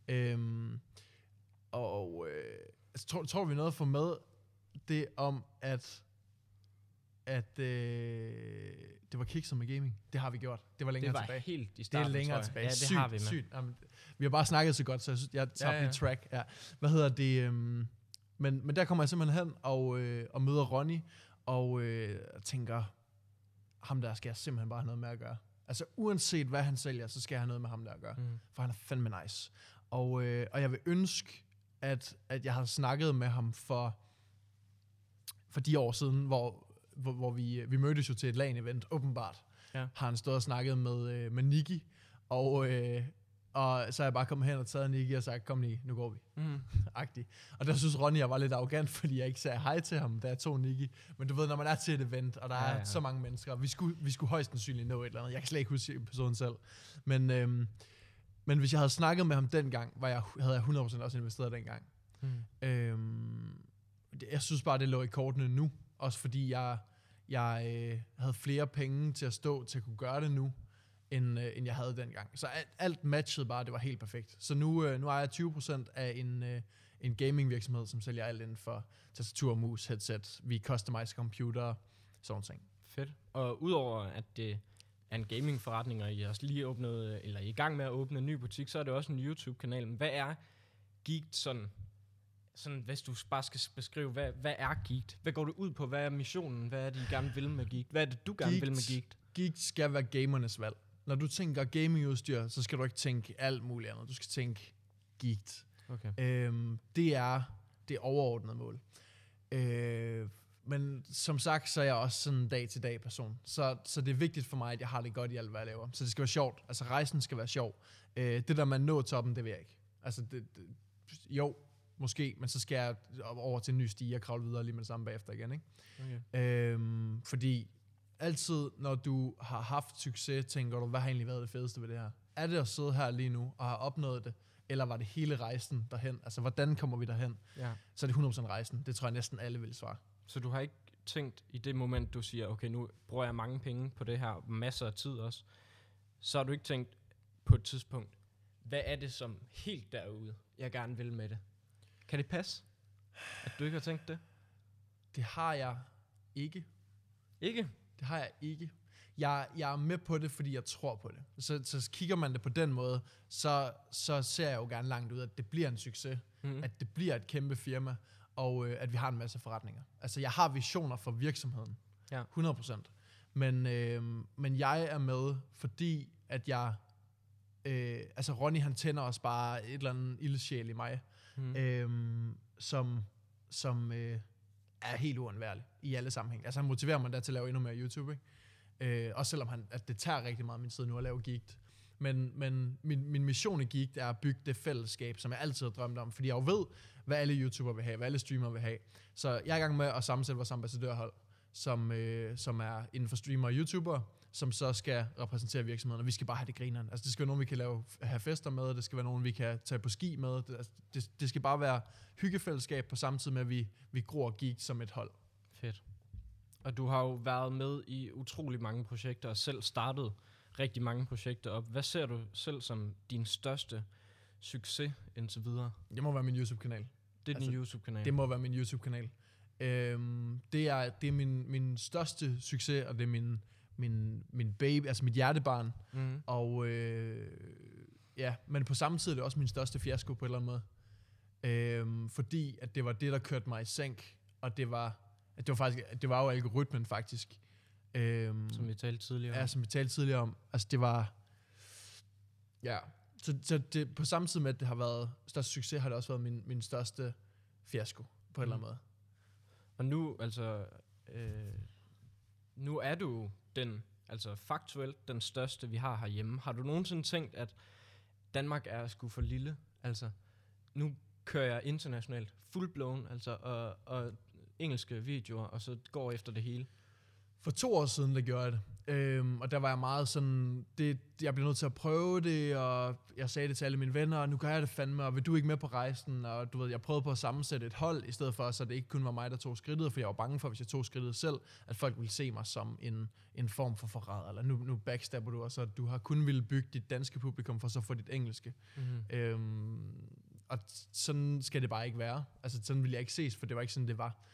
Tror vi noget at få med det om, at det var kikset med gaming. Det har vi gjort. Det var længere tilbage. Det var helt i starten, det er længere tilbage. Ja, det sygt, har vi med. Sygt. Jamen, vi har bare snakket så godt, så jeg tager lige track. Ja. Hvad hedder det? Men der kommer jeg simpelthen hen og møder Ronny, og tænker, ham der skal jeg simpelthen bare have noget med at gøre. Altså uanset hvad han sælger, så skal jeg have noget med ham der at gøre. For han er fandme nice. Og jeg vil ønske, at jeg havde snakket med ham for de år siden, hvor vi mødtes jo til et LAN-event, åbenbart. Ja. Har han stået og snakket med Nicky, og så er jeg bare kommet hen og taget Nicky og sagt, kom Nicky, nu går vi. Agtig. Og der synes Ronny, jeg var lidt arrogant, fordi jeg ikke sagde hej til ham, da jeg tog Nicky. Men du ved, når man er til et event, og der er så mange mennesker, vi skulle højst sandsynligt nå et eller andet. Jeg kan slet ikke huske episoden selv. Men hvis jeg havde snakket med ham dengang, havde jeg 100% også investeret dengang. Jeg synes bare, det lå i kortene nu. Også fordi jeg havde flere penge til at stå, til at kunne gøre det nu, end jeg havde dengang. Så alt matchede bare, det var helt perfekt. Så nu er jeg 20% af en gaming virksomhed, som sælger alt inden for tastatur, mus, headset, vi customize computer, sådan ting. Fedt. Og udover at det er en gaming forretning, og I har lige åbnet, eller I er i gang med at åbne en ny butik, så er det også en YouTube-kanal. Hvad er Geeked sådan, hvis du bare skal beskrive, hvad er Geeked? Hvad går det ud på? Hvad er missionen? Hvad er det, I gerne vil med Geeked? Hvad er det, du gerne vil med Geeked? Geeked skal være gamernes valg. Når du tænker gamingudstyr, så skal du ikke tænke alt muligt andet. Du skal tænke Geeked. Okay. Det er det overordnede mål. Men som sagt, så er jeg også sådan en dag-til-dag person. Så det er vigtigt for mig, at jeg har det godt i alt, hvad jeg laver. Så det skal være sjovt. Altså rejsen skal være sjov. Det der med at nå toppen, det vil jeg ikke. Altså jo, måske, men så skal jeg over til en ny stige og kravle videre lige med det samme bagefter igen. Ikke? Okay. Fordi altid, når du har haft succes, tænker du, hvad har egentlig været det fedeste ved det her? Er det at sidde her lige nu og have opnået det? Eller var det hele rejsen derhen? Altså, hvordan kommer vi derhen? Ja. Så er det 100% rejsen. Det tror jeg næsten alle vil svare. Så du har ikke tænkt i det moment, du siger, okay, nu bruger jeg mange penge på det her, masser af tid også, så har du ikke tænkt på et tidspunkt, hvad er det som helt derude, jeg gerne vil med det? Kan det passe, at du ikke har tænkt det? Det har jeg ikke. Ikke? Det har jeg ikke. Jeg er med på det, fordi jeg tror på det. Så kigger man det på den måde, så ser jeg jo gerne langt ud, at det bliver en succes. At det bliver et kæmpe firma, og at vi har en masse forretninger. Altså, jeg har visioner for virksomheden. Ja. 100%. Men jeg er med, fordi at jeg... altså, Ronny, han tænder også bare et eller andet ildsjæl i mig, som er helt uundværlig i alle sammenhæng. Altså, han motiverer mig der til at lave endnu mere YouTube, ikke? Også selvom at det tager rigtig meget min tid nu at lave Geeked. Men min mission i Geeked er at bygge det fællesskab, som jeg altid har drømt om, fordi jeg jo ved, hvad alle YouTubere vil have, hvad alle streamere vil have. Så jeg er i gang med at sammensætte vores ambassadørhold, som er inden for streamere og YouTubere, som så skal repræsentere virksomheden, og vi skal bare have det grineren. Altså, det skal være nogen, vi kan have fester med, det skal være nogen, vi kan tage på ski med. Det skal bare være hyggefællesskab på samme tid med, at vi gror Geeked som et hold. Fedt. Og du har jo været med i utrolig mange projekter, og selv startet rigtig mange projekter op. Hvad ser du selv som din største succes indtil videre? Det må være min YouTube-kanal. Det er din YouTube-kanal? Det må være min YouTube-kanal. Det er min største succes, og det er min baby, altså mit hjertebarn. Og men på samme tid er det også min største fiasko på en eller anden måde. Fordi at det var det, der kørte mig i sænk, og det var jo algoritmen faktisk. Som vi talte tidligere om. Ja, som vi talte tidligere om. Altså det var Så det, på samme tid med, at det har været største succes, har det også været min største fiasko på en eller anden måde. Og nu, altså, nu er du faktuelt den største, vi har herhjemme. Har du nogensinde tænkt, at Danmark er sgu for lille? Altså, nu kører jeg internationalt, full-blown, altså, og engelske videoer, og så går efter det hele. For 2 år siden, der gjorde jeg det. Og der var jeg meget sådan, jeg blev nødt til at prøve det, og jeg sagde det til alle mine venner, og nu gør jeg det fandme, og vil du ikke med på rejsen? Og du ved, jeg prøvede på at sammensætte et hold, i stedet for, så det ikke kun var mig, der tog skridtet, for jeg var bange for, hvis jeg tog skridtet selv, at folk ville se mig som en form for forræder, eller nu backstabber du, og så du har kun ville bygge dit danske publikum, for så få dit engelske. Og sådan skal det bare ikke være. Altså sådan ville jeg ikke ses, for det var ikke sådan, det var.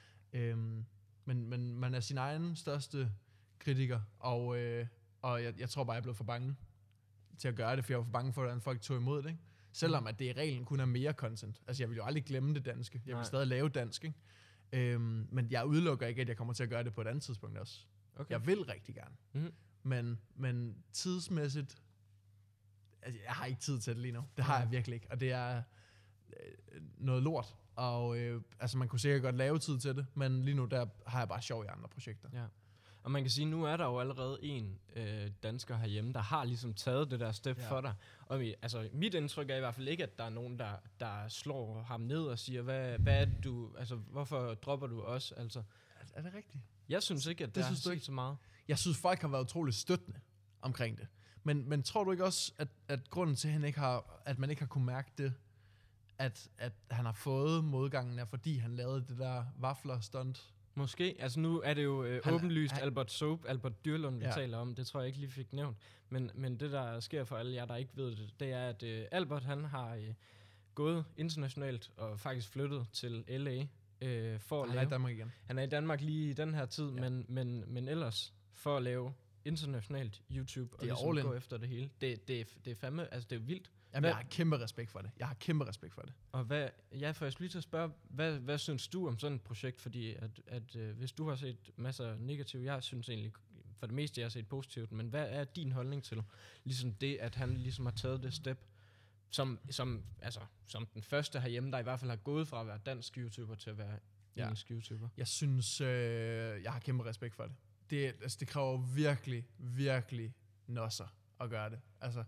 Men man er sin egen største kritiker, og jeg tror bare, jeg blev for bange til at gøre det, for jeg var for bange for, hvordan folk tog imod det, ikke? Selvom at det i reglen kun er mere content. Altså jeg vil jo aldrig glemme det danske. Jeg vil stadig lave dansk, ikke? Men jeg udelukker ikke, at jeg kommer til at gøre det på et andet tidspunkt også. Okay. Jeg vil rigtig gerne. Men tidsmæssigt, altså jeg har ikke tid til det lige nu. Det har jeg virkelig ikke, og det er noget lort. Og altså man kunne sikkert godt lave tid til det, men lige nu der har jeg bare sjov i andre projekter. Ja. Og man kan sige, nu er der jo allerede en dansker herhjemme, der har ligesom taget det der step for dig. Og altså mit indtryk er i hvert fald ikke, at der er nogen, der slår ham ned og siger, hvad er det du, altså hvorfor dropper du os? Altså, er det rigtigt? Jeg synes ikke, at det synes du ikke så meget. Jeg synes folk har været utroligt støttende omkring det. Men tror du ikke også, at grunden til, at man ikke har kunne mærke det, at han har fået modgangen, er fordi han lavede det der vafler-stunt? Måske. Altså nu er det jo åbenlyst Albert Dyrlund, vi taler om. Det tror jeg ikke lige fik nævnt. Men det, der sker for alle jer, der ikke ved det, det er, at Albert, han har gået internationalt og faktisk flyttet til LA for at lave... Han er i Danmark igen. Han er i Danmark lige i den her tid, men ellers for at lave internationalt YouTube og ligesom gå efter det hele. Det er fandme... Altså, det er vildt. Jamen, jeg har kæmpe respekt for det. Og for jeg skulle lige til at spørge, hvad synes du om sådan et projekt? Fordi at hvis du har set masser af negativt, jeg synes egentlig, for det meste jeg har set positivt, men hvad er din holdning til ligesom det, at han ligesom har taget det step, som den første herhjemme, der i hvert fald har gået fra at være dansk YouTuber til at være engelsk YouTuber? Jeg synes, jeg har kæmpe respekt for det. Det kræver virkelig, virkelig nosser at gøre det. Altså,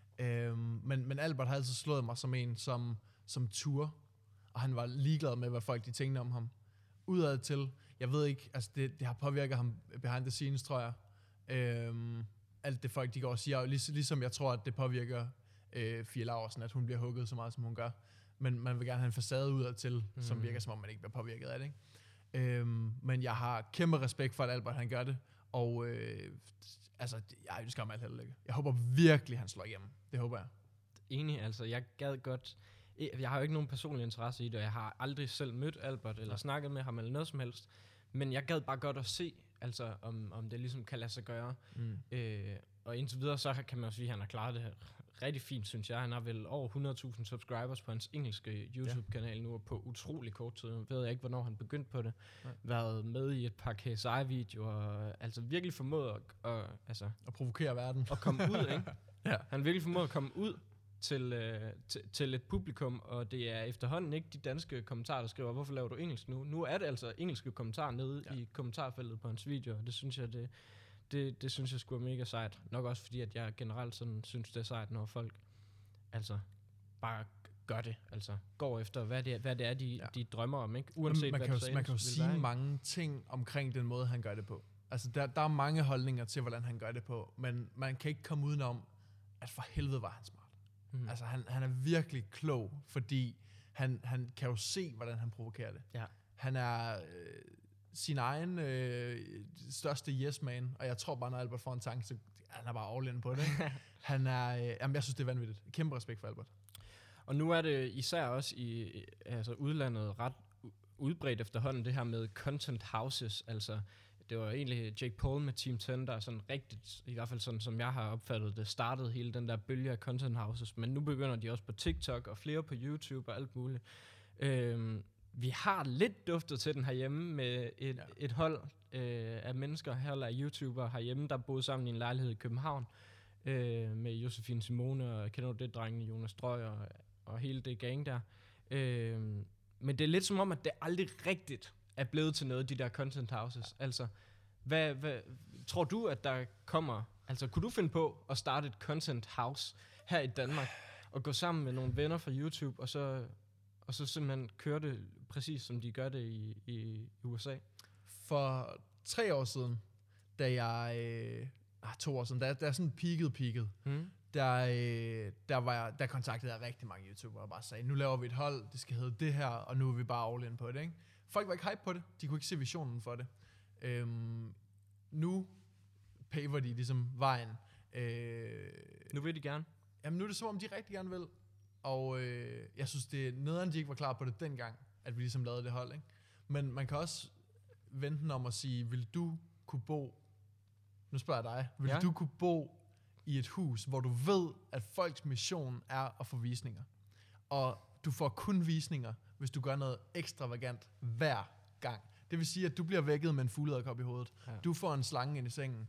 men Albert har altid slået mig som en, som tur, og han var ligeglad med, hvad folk de tænkte om ham. Udad til, jeg ved ikke, altså det har påvirket ham behind the scenes, tror jeg. Alt det folk, de går og siger, ligesom jeg tror, at det påvirker Fie Laursen, at hun bliver hugget så meget, som hun gør. Men man vil gerne have en facade udad til, som virker, som om man ikke bliver påvirket af det, ikke? Men jeg har kæmpe respekt for, at Albert han gør det, og altså, jeg ønsker ham alt held og lykke. Jeg håber virkelig, han slår igennem. Det håber jeg. Enig, altså, jeg gad godt... Jeg har jo ikke nogen personlig interesse i det, og jeg har aldrig selv mødt Albert, eller snakket med ham, eller noget som helst. Men jeg gad bare godt at se, altså, om det ligesom kan lade sig gøre. Og indtil videre, så kan man jo sige, at han har klaret det rigtig fint, synes jeg. Han har vel over 100.000 subscribers på hans engelske YouTube-kanal nu, og på utrolig kort tid. Jeg ved ikke, hvornår han begyndte på det. Været med i et par KSI-videoer, altså virkelig formået at provokere verden. Og komme ud, ikke? Han virkelig formået at komme ud til et publikum, og det er efterhånden ikke de danske kommentarer, der skriver, hvorfor laver du engelsk nu? Nu er det altså engelske kommentarer nede i kommentarfeltet på hans videoer, det synes jeg, det synes jeg sgu er mega sejt. Nok også fordi, at jeg generelt sådan synes, det er sejt, når folk altså bare gør det, altså går efter, hvad det er de drømmer om, ikke? Uanset man kan jo sige være, mange ting omkring den måde, han gør det på. Altså, der er mange holdninger til, hvordan han gør det på, men man kan ikke komme udenom, at for helvede var han smart. Altså, han er virkelig klog, fordi han kan jo se, hvordan han provokerer det. Ja. Han er sin egen største yes-man, og jeg tror bare, når Albert får en tanke, så han er bare all in på det. Han er, jeg synes, det er vanvittigt. Kæmpe respekt for Albert. Og nu er det især også i udlandet ret udbredt efterhånden, det her med content houses, altså det var egentlig Jake Paul med Team 10, der er sådan rigtigt, i hvert fald sådan som jeg har opfattet det, startede hele den der bølge af content houses, men nu begynder de også på TikTok og flere på YouTube og alt muligt. Vi har lidt duftet til den herhjemme med et hold af mennesker, her af YouTubere herhjemme, der boede sammen i en lejlighed i København. med Josefine Simone og Kender du det, drengene, Jonas Strøg og hele det gang der. Men det er lidt som om, at det aldrig rigtigt er blevet til noget, de der content houses. Altså, hvad tror du, at der kommer... Altså, kunne du finde på at starte et content house her i Danmark, og gå sammen med nogle venner fra YouTube, og så simpelthen køre det præcis, som de gør det i USA? For 3 år siden, da jeg... 2 år siden, da jeg sådan peakede, der kontaktede jeg rigtig mange YouTubere og bare sagde, nu laver vi et hold, det skal hedde det her, og nu er vi bare all in på det, ikke? Folk var ikke hype på det, de kunne ikke se visionen for det. Nu paver de ligesom vejen. Nu vil de gerne. Jamen nu er det som om, de rigtig gerne vil, og jeg synes, det er nederen, de ikke var klar på det dengang, at vi ligesom lavede det hold, ikke? Men man kan også vente den om at sige, vil du kunne bo, nu spørger jeg dig, vil du kunne bo i et hus, hvor du ved, at folks mission er at få visninger, og du får kun visninger, hvis du gør noget ekstravagant hver gang. Det vil sige, at du bliver vækket med en fuglederkop i hovedet. Ja. Du får en slange ind i sengen.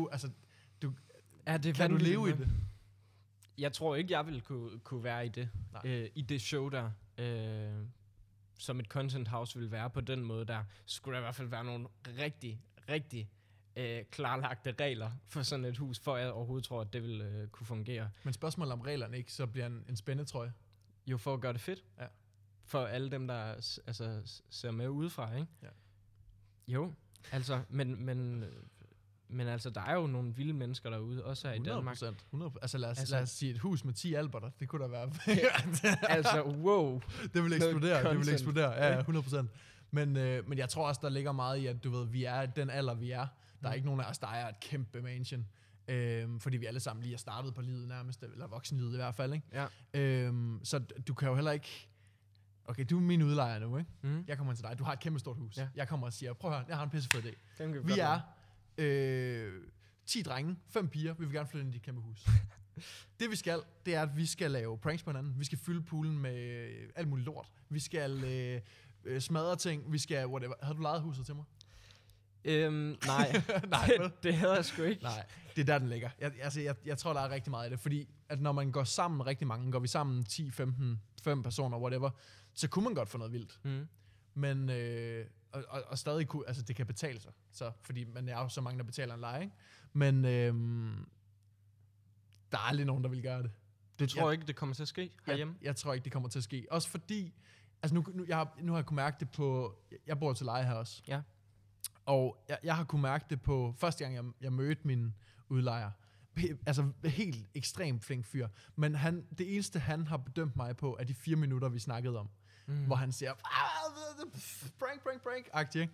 Kan du leve i det? Jeg tror ikke, jeg vil kunne være i det. I det show der. Som et content house vil være på den måde der. Skulle der i hvert fald være nogle rigtig klarlagte regler for sådan et hus, for jeg overhovedet tror, at det vil kunne fungere. Men spørgsmålet om reglerne ikke, så bliver en spændetrøje. Jo, for at gøre det fedt. Ja. For alle dem, der ser med udefra, ikke? Ja. Jo, altså, men altså, der er jo nogle vilde mennesker derude, også her 100%, i Danmark. 100%. Altså, lad os sige et hus med 10 alberter, det kunne da være... altså, wow. Det vil eksplodere, ja, 100%. Men jeg tror også, der ligger meget i, at du ved, vi er den alder, vi er. Der er ikke nogen af os, der er et kæmpe mansion. Fordi vi alle sammen lige er startet på livet nærmest, eller voksenlivet i hvert fald, ikke? Ja. Så du kan jo heller ikke... Okay, du er min udlejer nu, ikke? Mm. Jeg kommer til dig. Du har et kæmpe stort hus. Ja. Jeg kommer og siger, prøv at høre, jeg har en pissefed idé. Vi er 10 drenge, 5 piger. Vi vil gerne flytte ind i dit kæmpe hus. Det vi skal, det er, at vi skal lave pranks på hinanden. Vi skal fylde poolen med alt muligt lort. Vi skal smadre ting. Vi skal whatever. Havde du lejet huset til mig? Nej. det havde jeg sgu ikke. Nej, det er der, den ligger. Jeg tror, der er rigtig meget af det. Fordi at når man går sammen rigtig mange, går vi sammen 10, 15, 5 personer, whatever, så kunne man godt få noget vildt. Mm. Men, og stadig kunne, altså det kan betale sig. Så, fordi man er jo så mange, der betaler en leje, ikke? Men der er aldrig nogen, der vil gøre det. Du tror ikke, det kommer til at ske herhjemme? Jeg tror ikke, det kommer til at ske. Også fordi, altså nu har jeg kunnet mærke det på, jeg bor til leje her også. Ja. Og jeg har kunnet mærke det på, første gang jeg mødte min udlejer. Altså helt ekstremt flink fyr. Men det eneste, han har bedømt mig på, er de 4 minutter, vi snakkede om. Mm. Hvor han siger, prank-agtigt.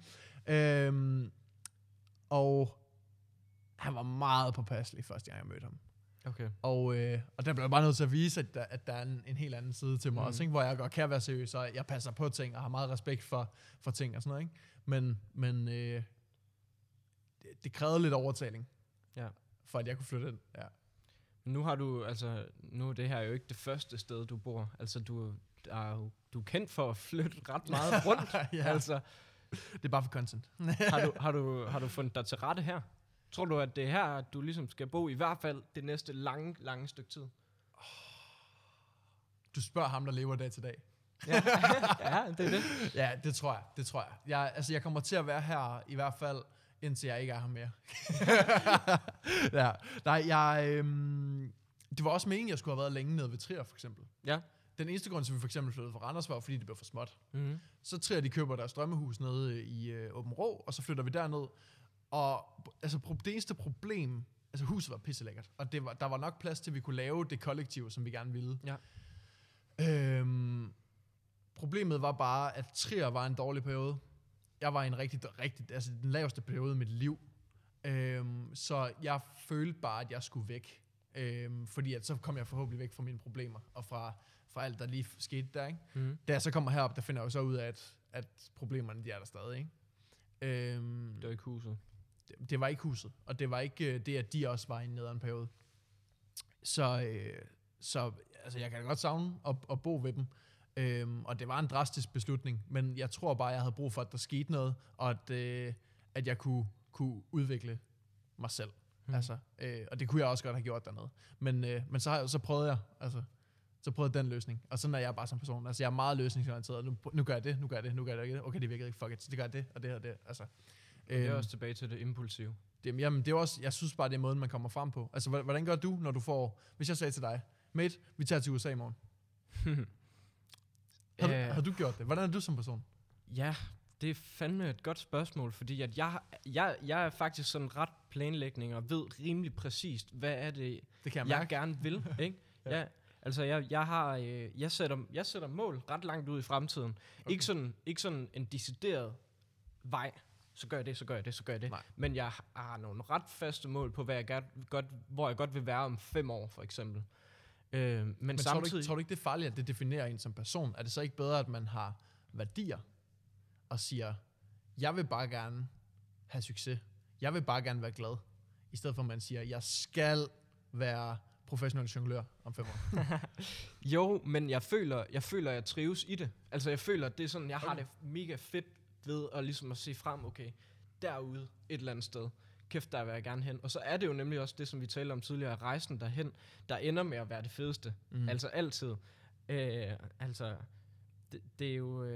Og han var meget påpasselig første gang, jeg mødte ham. Okay. Og der blev jeg bare nødt til at vise, at der er en helt anden side til mig også, ikke? Hvor jeg godt kan være seriøs, og jeg passer på ting, og har meget respekt for ting og sådan noget, ikke? Men det krævede lidt overtaling, for at jeg kunne flytte ind. Ja. Nu har du, altså, nu er det her jo ikke det første sted, du bor. Altså, du er kendt for at flytte ret meget rundt. Ja. Altså. Det er bare for content. har du fundet dig til rette her? Tror du, at det er her, at du ligesom skal bo i hvert fald det næste lange stykke tid? Du spørger ham, der lever dag til dag. Ja, det er det. Ja, det tror jeg. Jeg kommer til at være her i hvert fald, indtil jeg ikke er her mere. Ja. Nej, det var også meningen, jeg skulle have været længe nede ved Trier, for eksempel. Ja. Den eneste grund til, vi for eksempel flyttede fra Randers, var fordi det blev for småt. Mm-hmm. Så Trier, de køber deres drømmehus nede i Åben Rå, og så flytter vi derned. Og altså, det eneste problem, altså huset var pisselækkert, og der var nok plads til, at vi kunne lave det kollektiv, som vi gerne ville. Ja. Problemet var bare, at Trier var en dårlig periode. Jeg var i en rigtig, altså den laveste periode i mit liv. Så jeg følte bare, at jeg skulle væk. Fordi at så kom jeg forhåbentlig væk fra mine problemer, og fra alt, der lige skete der, ikke? Mm. Da jeg så kommer herop, der finder jeg jo så ud af, at problemerne, de er der stadig, ikke? Det var ikke huset. Det var ikke huset, og det var ikke det, at de også var i en nederen periode. Så altså, jeg kan godt savne at bo ved dem. Og det var en drastisk beslutning, men jeg tror bare, jeg havde brug for, at der skete noget, og at jeg kunne udvikle mig selv. Altså, og det kunne jeg også godt have gjort dernede. Men så prøvede jeg, altså, så prøvede jeg den løsning. Og sådan er jeg bare som person. Altså, jeg er meget løsningsorienteret. Nu gør jeg det, nu gør jeg det, nu gør jeg det. Okay, det virker ikke, fuck it. Så det gør jeg det, og det og det. Altså, det er også tilbage til det impulsive. Jamen, det er også, jeg synes bare, det er måden, man kommer frem på. Altså, hvordan gør du, når du får, hvis jeg sagde til dig, mate, vi tager til USA i morgen. Har du gjort det? Hvordan er du som person? Ja, det er fandme et godt spørgsmål, fordi at jeg er faktisk sådan ret planlægning og ved rimelig præcist, hvad er det jeg gerne vil, ikke? Ja. Altså jeg sætter mål ret langt ud i fremtiden. Okay. Ikke sådan en decideret vej. Så gør jeg det, så gør jeg det, så gør jeg det. Nej. Men jeg har nogle ret faste mål på, hvor jeg godt vil være om 5 år, for eksempel. Men samtidig... tror du ikke, det er farligt, at det definerer en som person? Er det så ikke bedre, at man har værdier og siger, jeg vil bare gerne have succes. Jeg vil bare gerne være glad. I stedet for, at man siger, jeg skal være professionel jonglør om 5 år. Jo, men jeg føler, jeg trives i det. Altså, jeg føler, at det er sådan, jeg har det mega fedt ved at ligesom at se frem, okay, derude et eller andet sted. Kæft, der vil jeg gerne hen. Og så er det jo nemlig også det, som vi talte om tidligere, rejsen derhen, der ender med at være det fedeste. Mm. Altså altid. Det er jo...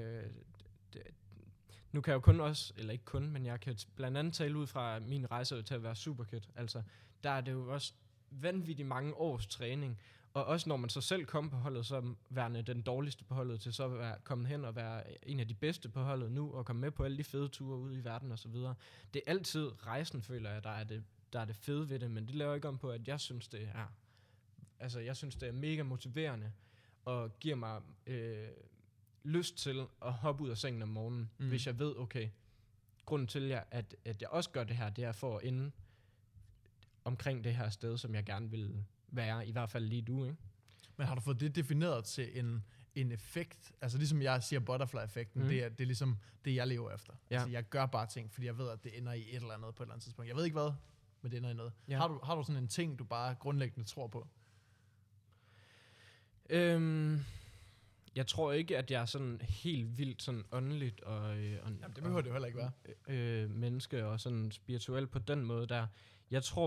nu kan jeg jo kun også, eller ikke kun, men jeg kan blandt andet tale ud fra min rejse til at være superkid. Altså, der er det jo også vanvittigt mange års træning. Og også når man så selv kom på holdet, så værende den dårligste på holdet, til så at komme hen og være en af de bedste på holdet nu, og komme med på alle de fede ture ude i verden og så videre. Det er altid rejsen, føler jeg, der er det fede ved det, men det laver ikke om på, at jeg synes, det er... Altså, jeg synes, det er mega motiverende, og giver mig lyst til at hoppe ud af sengen om morgenen, hvis jeg ved, okay, grunden til, at jeg også gør det her, det er for at ende omkring det her sted, som jeg gerne vil være, i hvert fald lige du, ikke? Men har du fået det defineret til en effekt? Altså ligesom jeg siger butterfly-effekten, det er ligesom det, jeg lever efter. Ja. Altså jeg gør bare ting, fordi jeg ved, at det ender i et eller andet på et eller andet tidspunkt. Jeg ved ikke hvad, men det ender i noget. Ja. Har du sådan en ting, du bare grundlæggende tror på? Jeg tror ikke, at jeg er sådan helt vildt sådan åndeligt og jamen, det behøver det jo heller ikke være. Menneske og sådan spirituel på den måde der. Jeg tror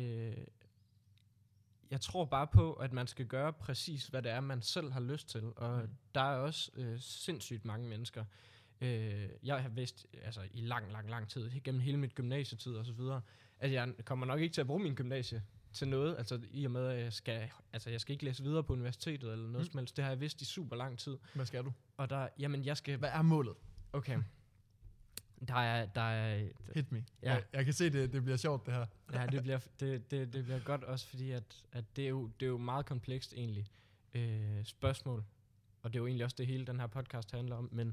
bare på, at man skal gøre præcis, hvad det er, man selv har lyst til. Og der er også sindssygt mange mennesker. Jeg har vidst i lang tid, gennem hele mit gymnasietid og så videre, at jeg kommer nok ikke til at bruge min gymnasie til noget. Altså i og med, at jeg skal ikke læse videre på universitetet eller noget som helst. Det har jeg vidst i super lang tid. Hvad skal du? Og jeg skal... Hvad er målet? Okay. Der er hit me. Ja. Jeg kan se, det bliver sjovt, det her. Ja, det bliver godt også, fordi at det er jo meget komplekst egentlig spørgsmål. Og det er jo egentlig også det hele, den her podcast handler om. Men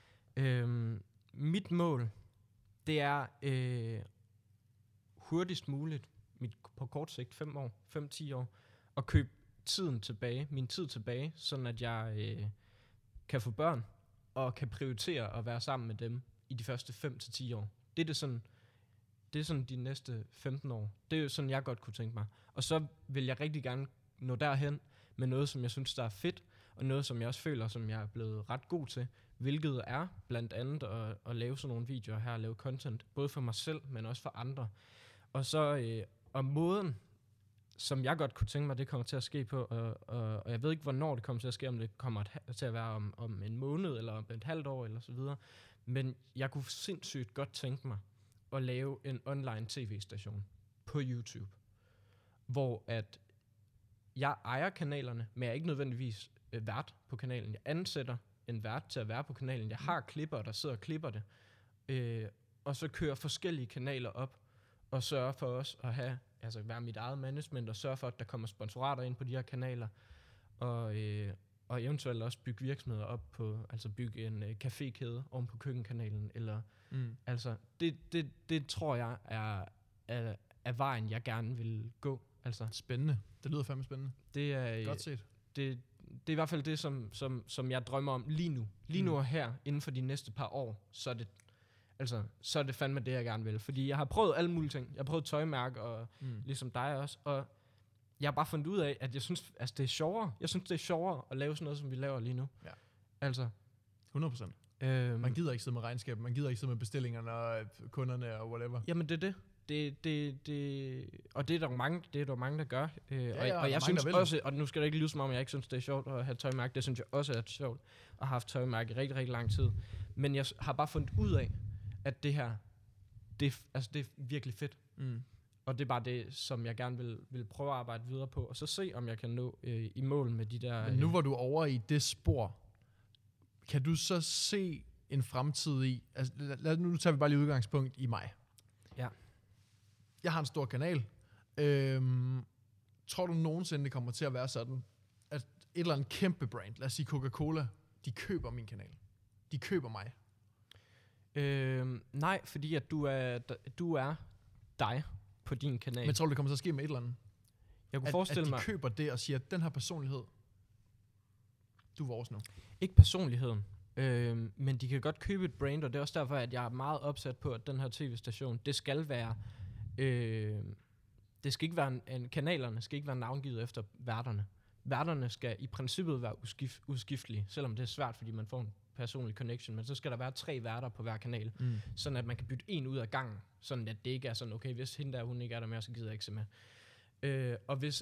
mit mål, det er hurtigst muligt, på kort sigt 5-10 år, at købe min tid tilbage, sådan at jeg kan få børn, og kan prioritere at være sammen med dem i de første 5-10 år. Det er sådan de næste 15 år. Det er jo sådan, jeg godt kunne tænke mig. Og så vil jeg rigtig gerne nå derhen med noget, som jeg synes, der er fedt, og noget, som jeg også føler, som jeg er blevet ret god til, hvilket er blandt andet at lave sådan nogle videoer her, at lave content, både for mig selv, men også for andre. Og så, og måden, som jeg godt kunne tænke mig, det kommer til at ske på, og jeg ved ikke, hvornår det kommer til at ske, om det kommer til at være om en måned, eller om et halvt år, eller så videre. Men jeg kunne sindssygt godt tænke mig at lave en online tv-station på YouTube, hvor at jeg ejer kanalerne, men jeg er ikke nødvendigvis vært på kanalen. Jeg ansætter en vært til at være på kanalen. Jeg har klipper, der sidder og klipper det. Og så kører forskellige kanaler op, og sørger for os at være mit eget management, og sørge for, at der kommer sponsorater ind på de her kanaler, og eventuelt også bygge virksomheder op på, altså bygge en cafékæde oven på køkkenkanalen, eller altså, det tror jeg er vejen, jeg gerne vil gå. Altså. Spændende. Det lyder fandme spændende. Det er godt set. Det er i hvert fald det, som jeg drømmer om lige nu. Lige nu og her, inden for de næste par år, så er det fandme det, jeg gerne vil. Fordi jeg har prøvet alle mulige ting. Jeg har prøvet tøjmærke, og ligesom dig også. Og jeg har bare fundet ud af, at jeg synes, det er sjovere. Jeg synes, det er sjovere at lave sådan noget, som vi laver lige nu. Ja. Altså. 100%. Man gider ikke sidde med regnskab. Man gider ikke sidde med bestillingerne og kunderne og whatever. Jamen, det er det. og det er der mange, der gør. Og jeg mange, synes også, og nu skal det ikke lyde som om, jeg ikke synes, det er sjovt at have tøjmærke. Det synes jeg også er sjovt at have haft tøjmærke i rigtig, rigtig lang tid. Men jeg har bare fundet ud af, at det her, det er virkelig fedt. Og det er bare det, som jeg gerne vil prøve at arbejde videre på, og så se, om jeg kan nå i mål med de der... Men nu hvor du er over i det spor, kan du så se en fremtid i... Altså, nu tager vi bare lige udgangspunkt i mig. Ja. Jeg har en stor kanal. Tror du nogensinde, det kommer til at være sådan, at et eller andet kæmpe brand, lad os sige Coca-Cola, de køber min kanal? De køber mig? Nej, fordi at du er dig på din kanal. Men tror du, det kommer til at ske med et eller andet? Jeg kunne forestille mig... At de køber det og siger, at den her personlighed, du er vores nu. Ikke personligheden, men de kan godt købe et brand, og det er også derfor, at jeg er meget opsat på, at den her tv-station, det skal være... det skal ikke være kanalerne skal ikke være navngivet efter værterne. Værterne skal i princippet være udskiftelige, selvom det er svært, fordi man får en personlig connection, men så skal der være 3 værter på hver kanal, sådan at man kan bytte en ud af gangen, sådan at det ikke er sådan, okay, hvis hende der, hun ikke er der mere, så gider jeg ikke se med. Og hvis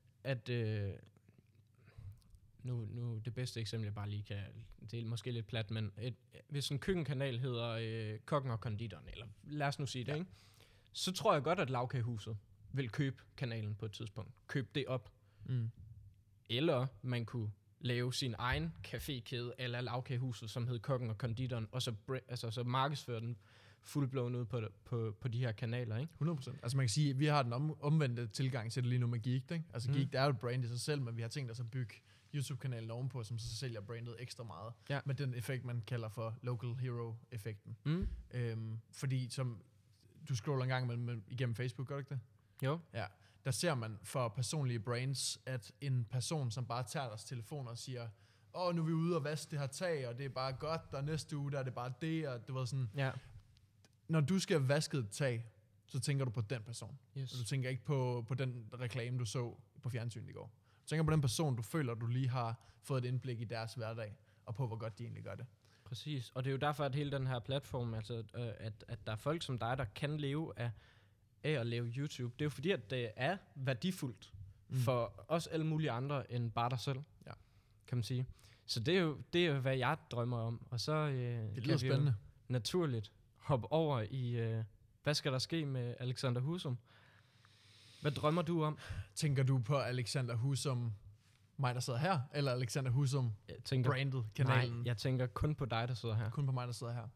nu det bedste eksempel, jeg bare lige kan, det er måske lidt plat, men hvis en køkkenkanal hedder Kokken og Konditoren, eller lad os nu sige det, ikke? Så tror jeg godt, at Lagkagehuset vil købe kanalen på et tidspunkt. Købe det op. Eller man kunne lave sin egen cafékæde eller Lagkagehuset, som hed Kokken og Konditoren, og så markedsføre den fuldblåen ud på de her kanaler, ikke? 100%. Altså man kan sige, at vi har den omvendte tilgang til det lige nu med Geek, ikke? Altså Geek, der er jo et brand i sig selv, men vi har tænkt os at bygge YouTube-kanalen ovenpå, som så sælger brandet ekstra meget. Ja. Med den effekt, man kalder for local hero-effekten. Fordi som du scroller en gang igennem Facebook, gør du ikke det? Jo. Ja. Der ser man for personlige brands, at en person, som bare tager deres telefon og siger, nu er vi ude og vaske det her tag, og det er bare godt, og næste uge, der er det bare det, og det var sådan. Ja. Når du skal vaske et tag, så tænker du på den person. Yes. Og du tænker ikke på den reklame, du så på fjernsynet i går. Du tænker på den person, du føler, du lige har fået et indblik i deres hverdag, og på, hvor godt de egentlig gør det. Præcis, og det er jo derfor, at hele den her platform, altså at der er folk som dig, der kan leve af at lave YouTube, det er jo fordi, at det er værdifuldt for os alle mulige andre end bare dig selv, kan man sige. Så det er jo hvad jeg drømmer om, og så det kan vi spændende. Naturligt hoppe over i, hvad skal der ske med Alexander Husum? Hvad drømmer du om? Tænker du på Alexander Husum, mig der sidder her, eller Alexander Husum, brandet, kanalen? Nej, jeg tænker kun på dig, der sidder her. Kun på mig, der sidder her.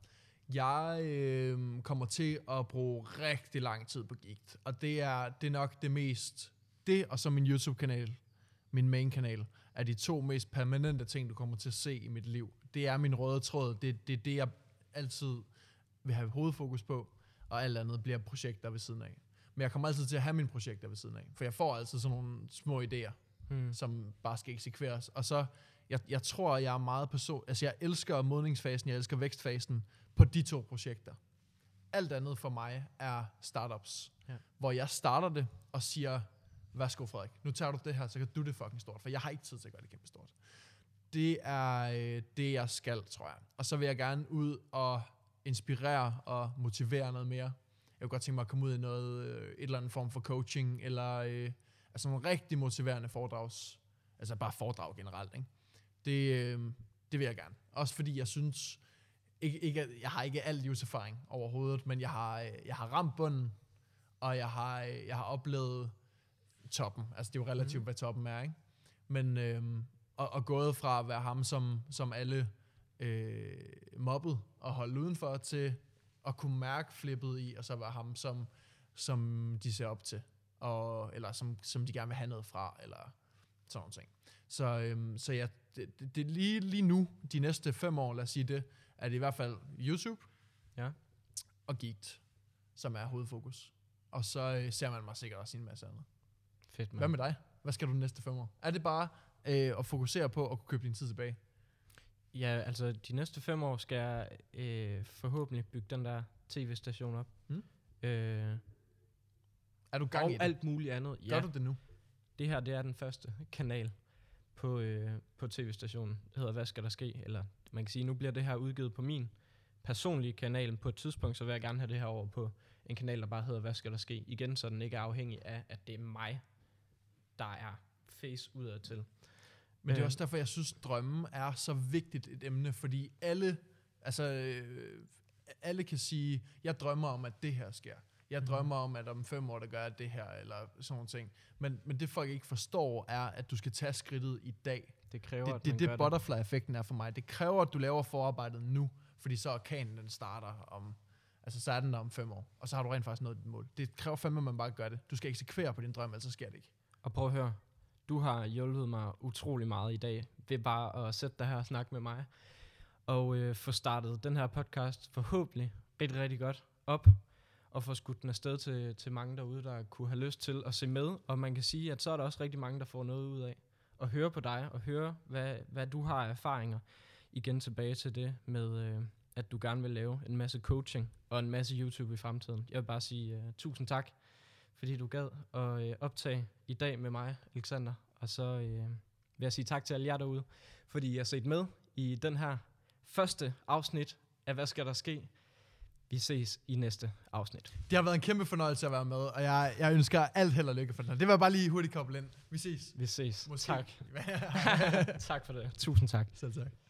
Jeg kommer til at bruge rigtig lang tid på Geeked, og det er nok det mest, det og så min YouTube-kanal, min main-kanal, er de 2 mest permanente ting, du kommer til at se i mit liv. Det er min røde tråd, det er det, jeg altid vil have hovedfokus på, og alt andet bliver projekter ved siden af. Men jeg kommer altid til at have mine projekter ved siden af, for jeg får altid sådan nogle små idéer, som bare skal eksekveres. Og så, jeg tror, jeg er meget altså jeg elsker modningsfasen, jeg elsker vækstfasen på de 2 projekter. Alt andet for mig er startups, hvor jeg starter det og siger, værsgo Frederik, nu tager du det her, så kan du det fucking stort, for jeg har ikke tid til at gøre det kæmpe stort. Det er det, jeg skal, tror jeg. Og så vil jeg gerne ud og inspirere og motivere noget mere. Jeg kunne godt tænke mig at komme ud i et eller andet form for coaching, eller altså nogle rigtig motiverende altså bare foredrag generelt, ikke? Det vil jeg gerne. Også fordi jeg synes, jeg har ikke al livserfaring overhovedet, men jeg har ramt bunden, og jeg har oplevet toppen. Altså det er jo relativt, hvad toppen er, ikke? Men og gået fra at være ham, som alle mobbede og holdt udenfor, til at kunne mærke flippet i, og så være ham, som de ser op til, eller som de gerne vil have noget fra, eller sådan nogle ting. Så ja, det er lige nu, de næste 5 år, lad os sige det, er det i hvert fald YouTube og Geeked, som er hovedfokus. Og så ser man mig sikkert også i en masse andet. Fedt, man. Hvad med dig? Hvad skal du de næste 5 år? Er det bare at fokusere på at kunne købe din tid tilbage? Ja, altså de næste 5 år skal jeg forhåbentlig bygge den der tv-station op. Er du gang i det? Og alt muligt andet. Gør du det nu? Det her, det er den første kanal på tv-stationen. Det hedder Hvad skal der ske? Eller man kan sige, nu bliver det her udgivet på min personlige kanal. På et tidspunkt, så vil jeg gerne have det her over på en kanal, der bare hedder, hvad skal der ske? Igen, så den ikke er afhængig af, at det er mig, der er face udad til. Men det er også derfor, jeg synes, drømme er så vigtigt et emne, fordi alle kan sige, jeg drømmer om, at det her sker. Jeg drømmer om, at om 5 år, der gør jeg det her, eller sådan nogle ting. Men det folk ikke forstår, er, at du skal tage skridtet i dag. Det kræver, det butterfly-effekten er for mig. Det kræver, at du laver forarbejdet nu, fordi så orkanen, den starter om, så er den der om 5 år, og så har du rent faktisk nået dit mål. Det kræver fandme, at man bare gør det. Du skal eksekvere på din drøm, ellers så sker det ikke. Og prøv at høre, du har hjulpet mig utrolig meget i dag, ved bare at sætte dig her og snakke med mig, og få startet den her podcast forhåbentlig rigtig, rigtig godt op, og få skudt den afsted til mange derude, der kunne have lyst til at se med. Og man kan sige, at så er der også rigtig mange, der får noget ud af at høre på dig, og høre, hvad du har af erfaringer. Igen tilbage til det med, at du gerne vil lave en masse coaching og en masse YouTube i fremtiden. Jeg vil bare sige tusind tak, fordi du gad at optage i dag med mig, Alexander. Og så vil jeg sige tak til alle jer derude, fordi I har set med i den her første afsnit af Hvad skal der ske? Vi ses i næste afsnit. Det har været en kæmpe fornøjelse at være med, og jeg ønsker alt held og lykke for den. Det var bare lige hurtigt koble ind. Vi ses. Vi ses. Måske. Tak. Tak for det. Tusind tak. Selv tak.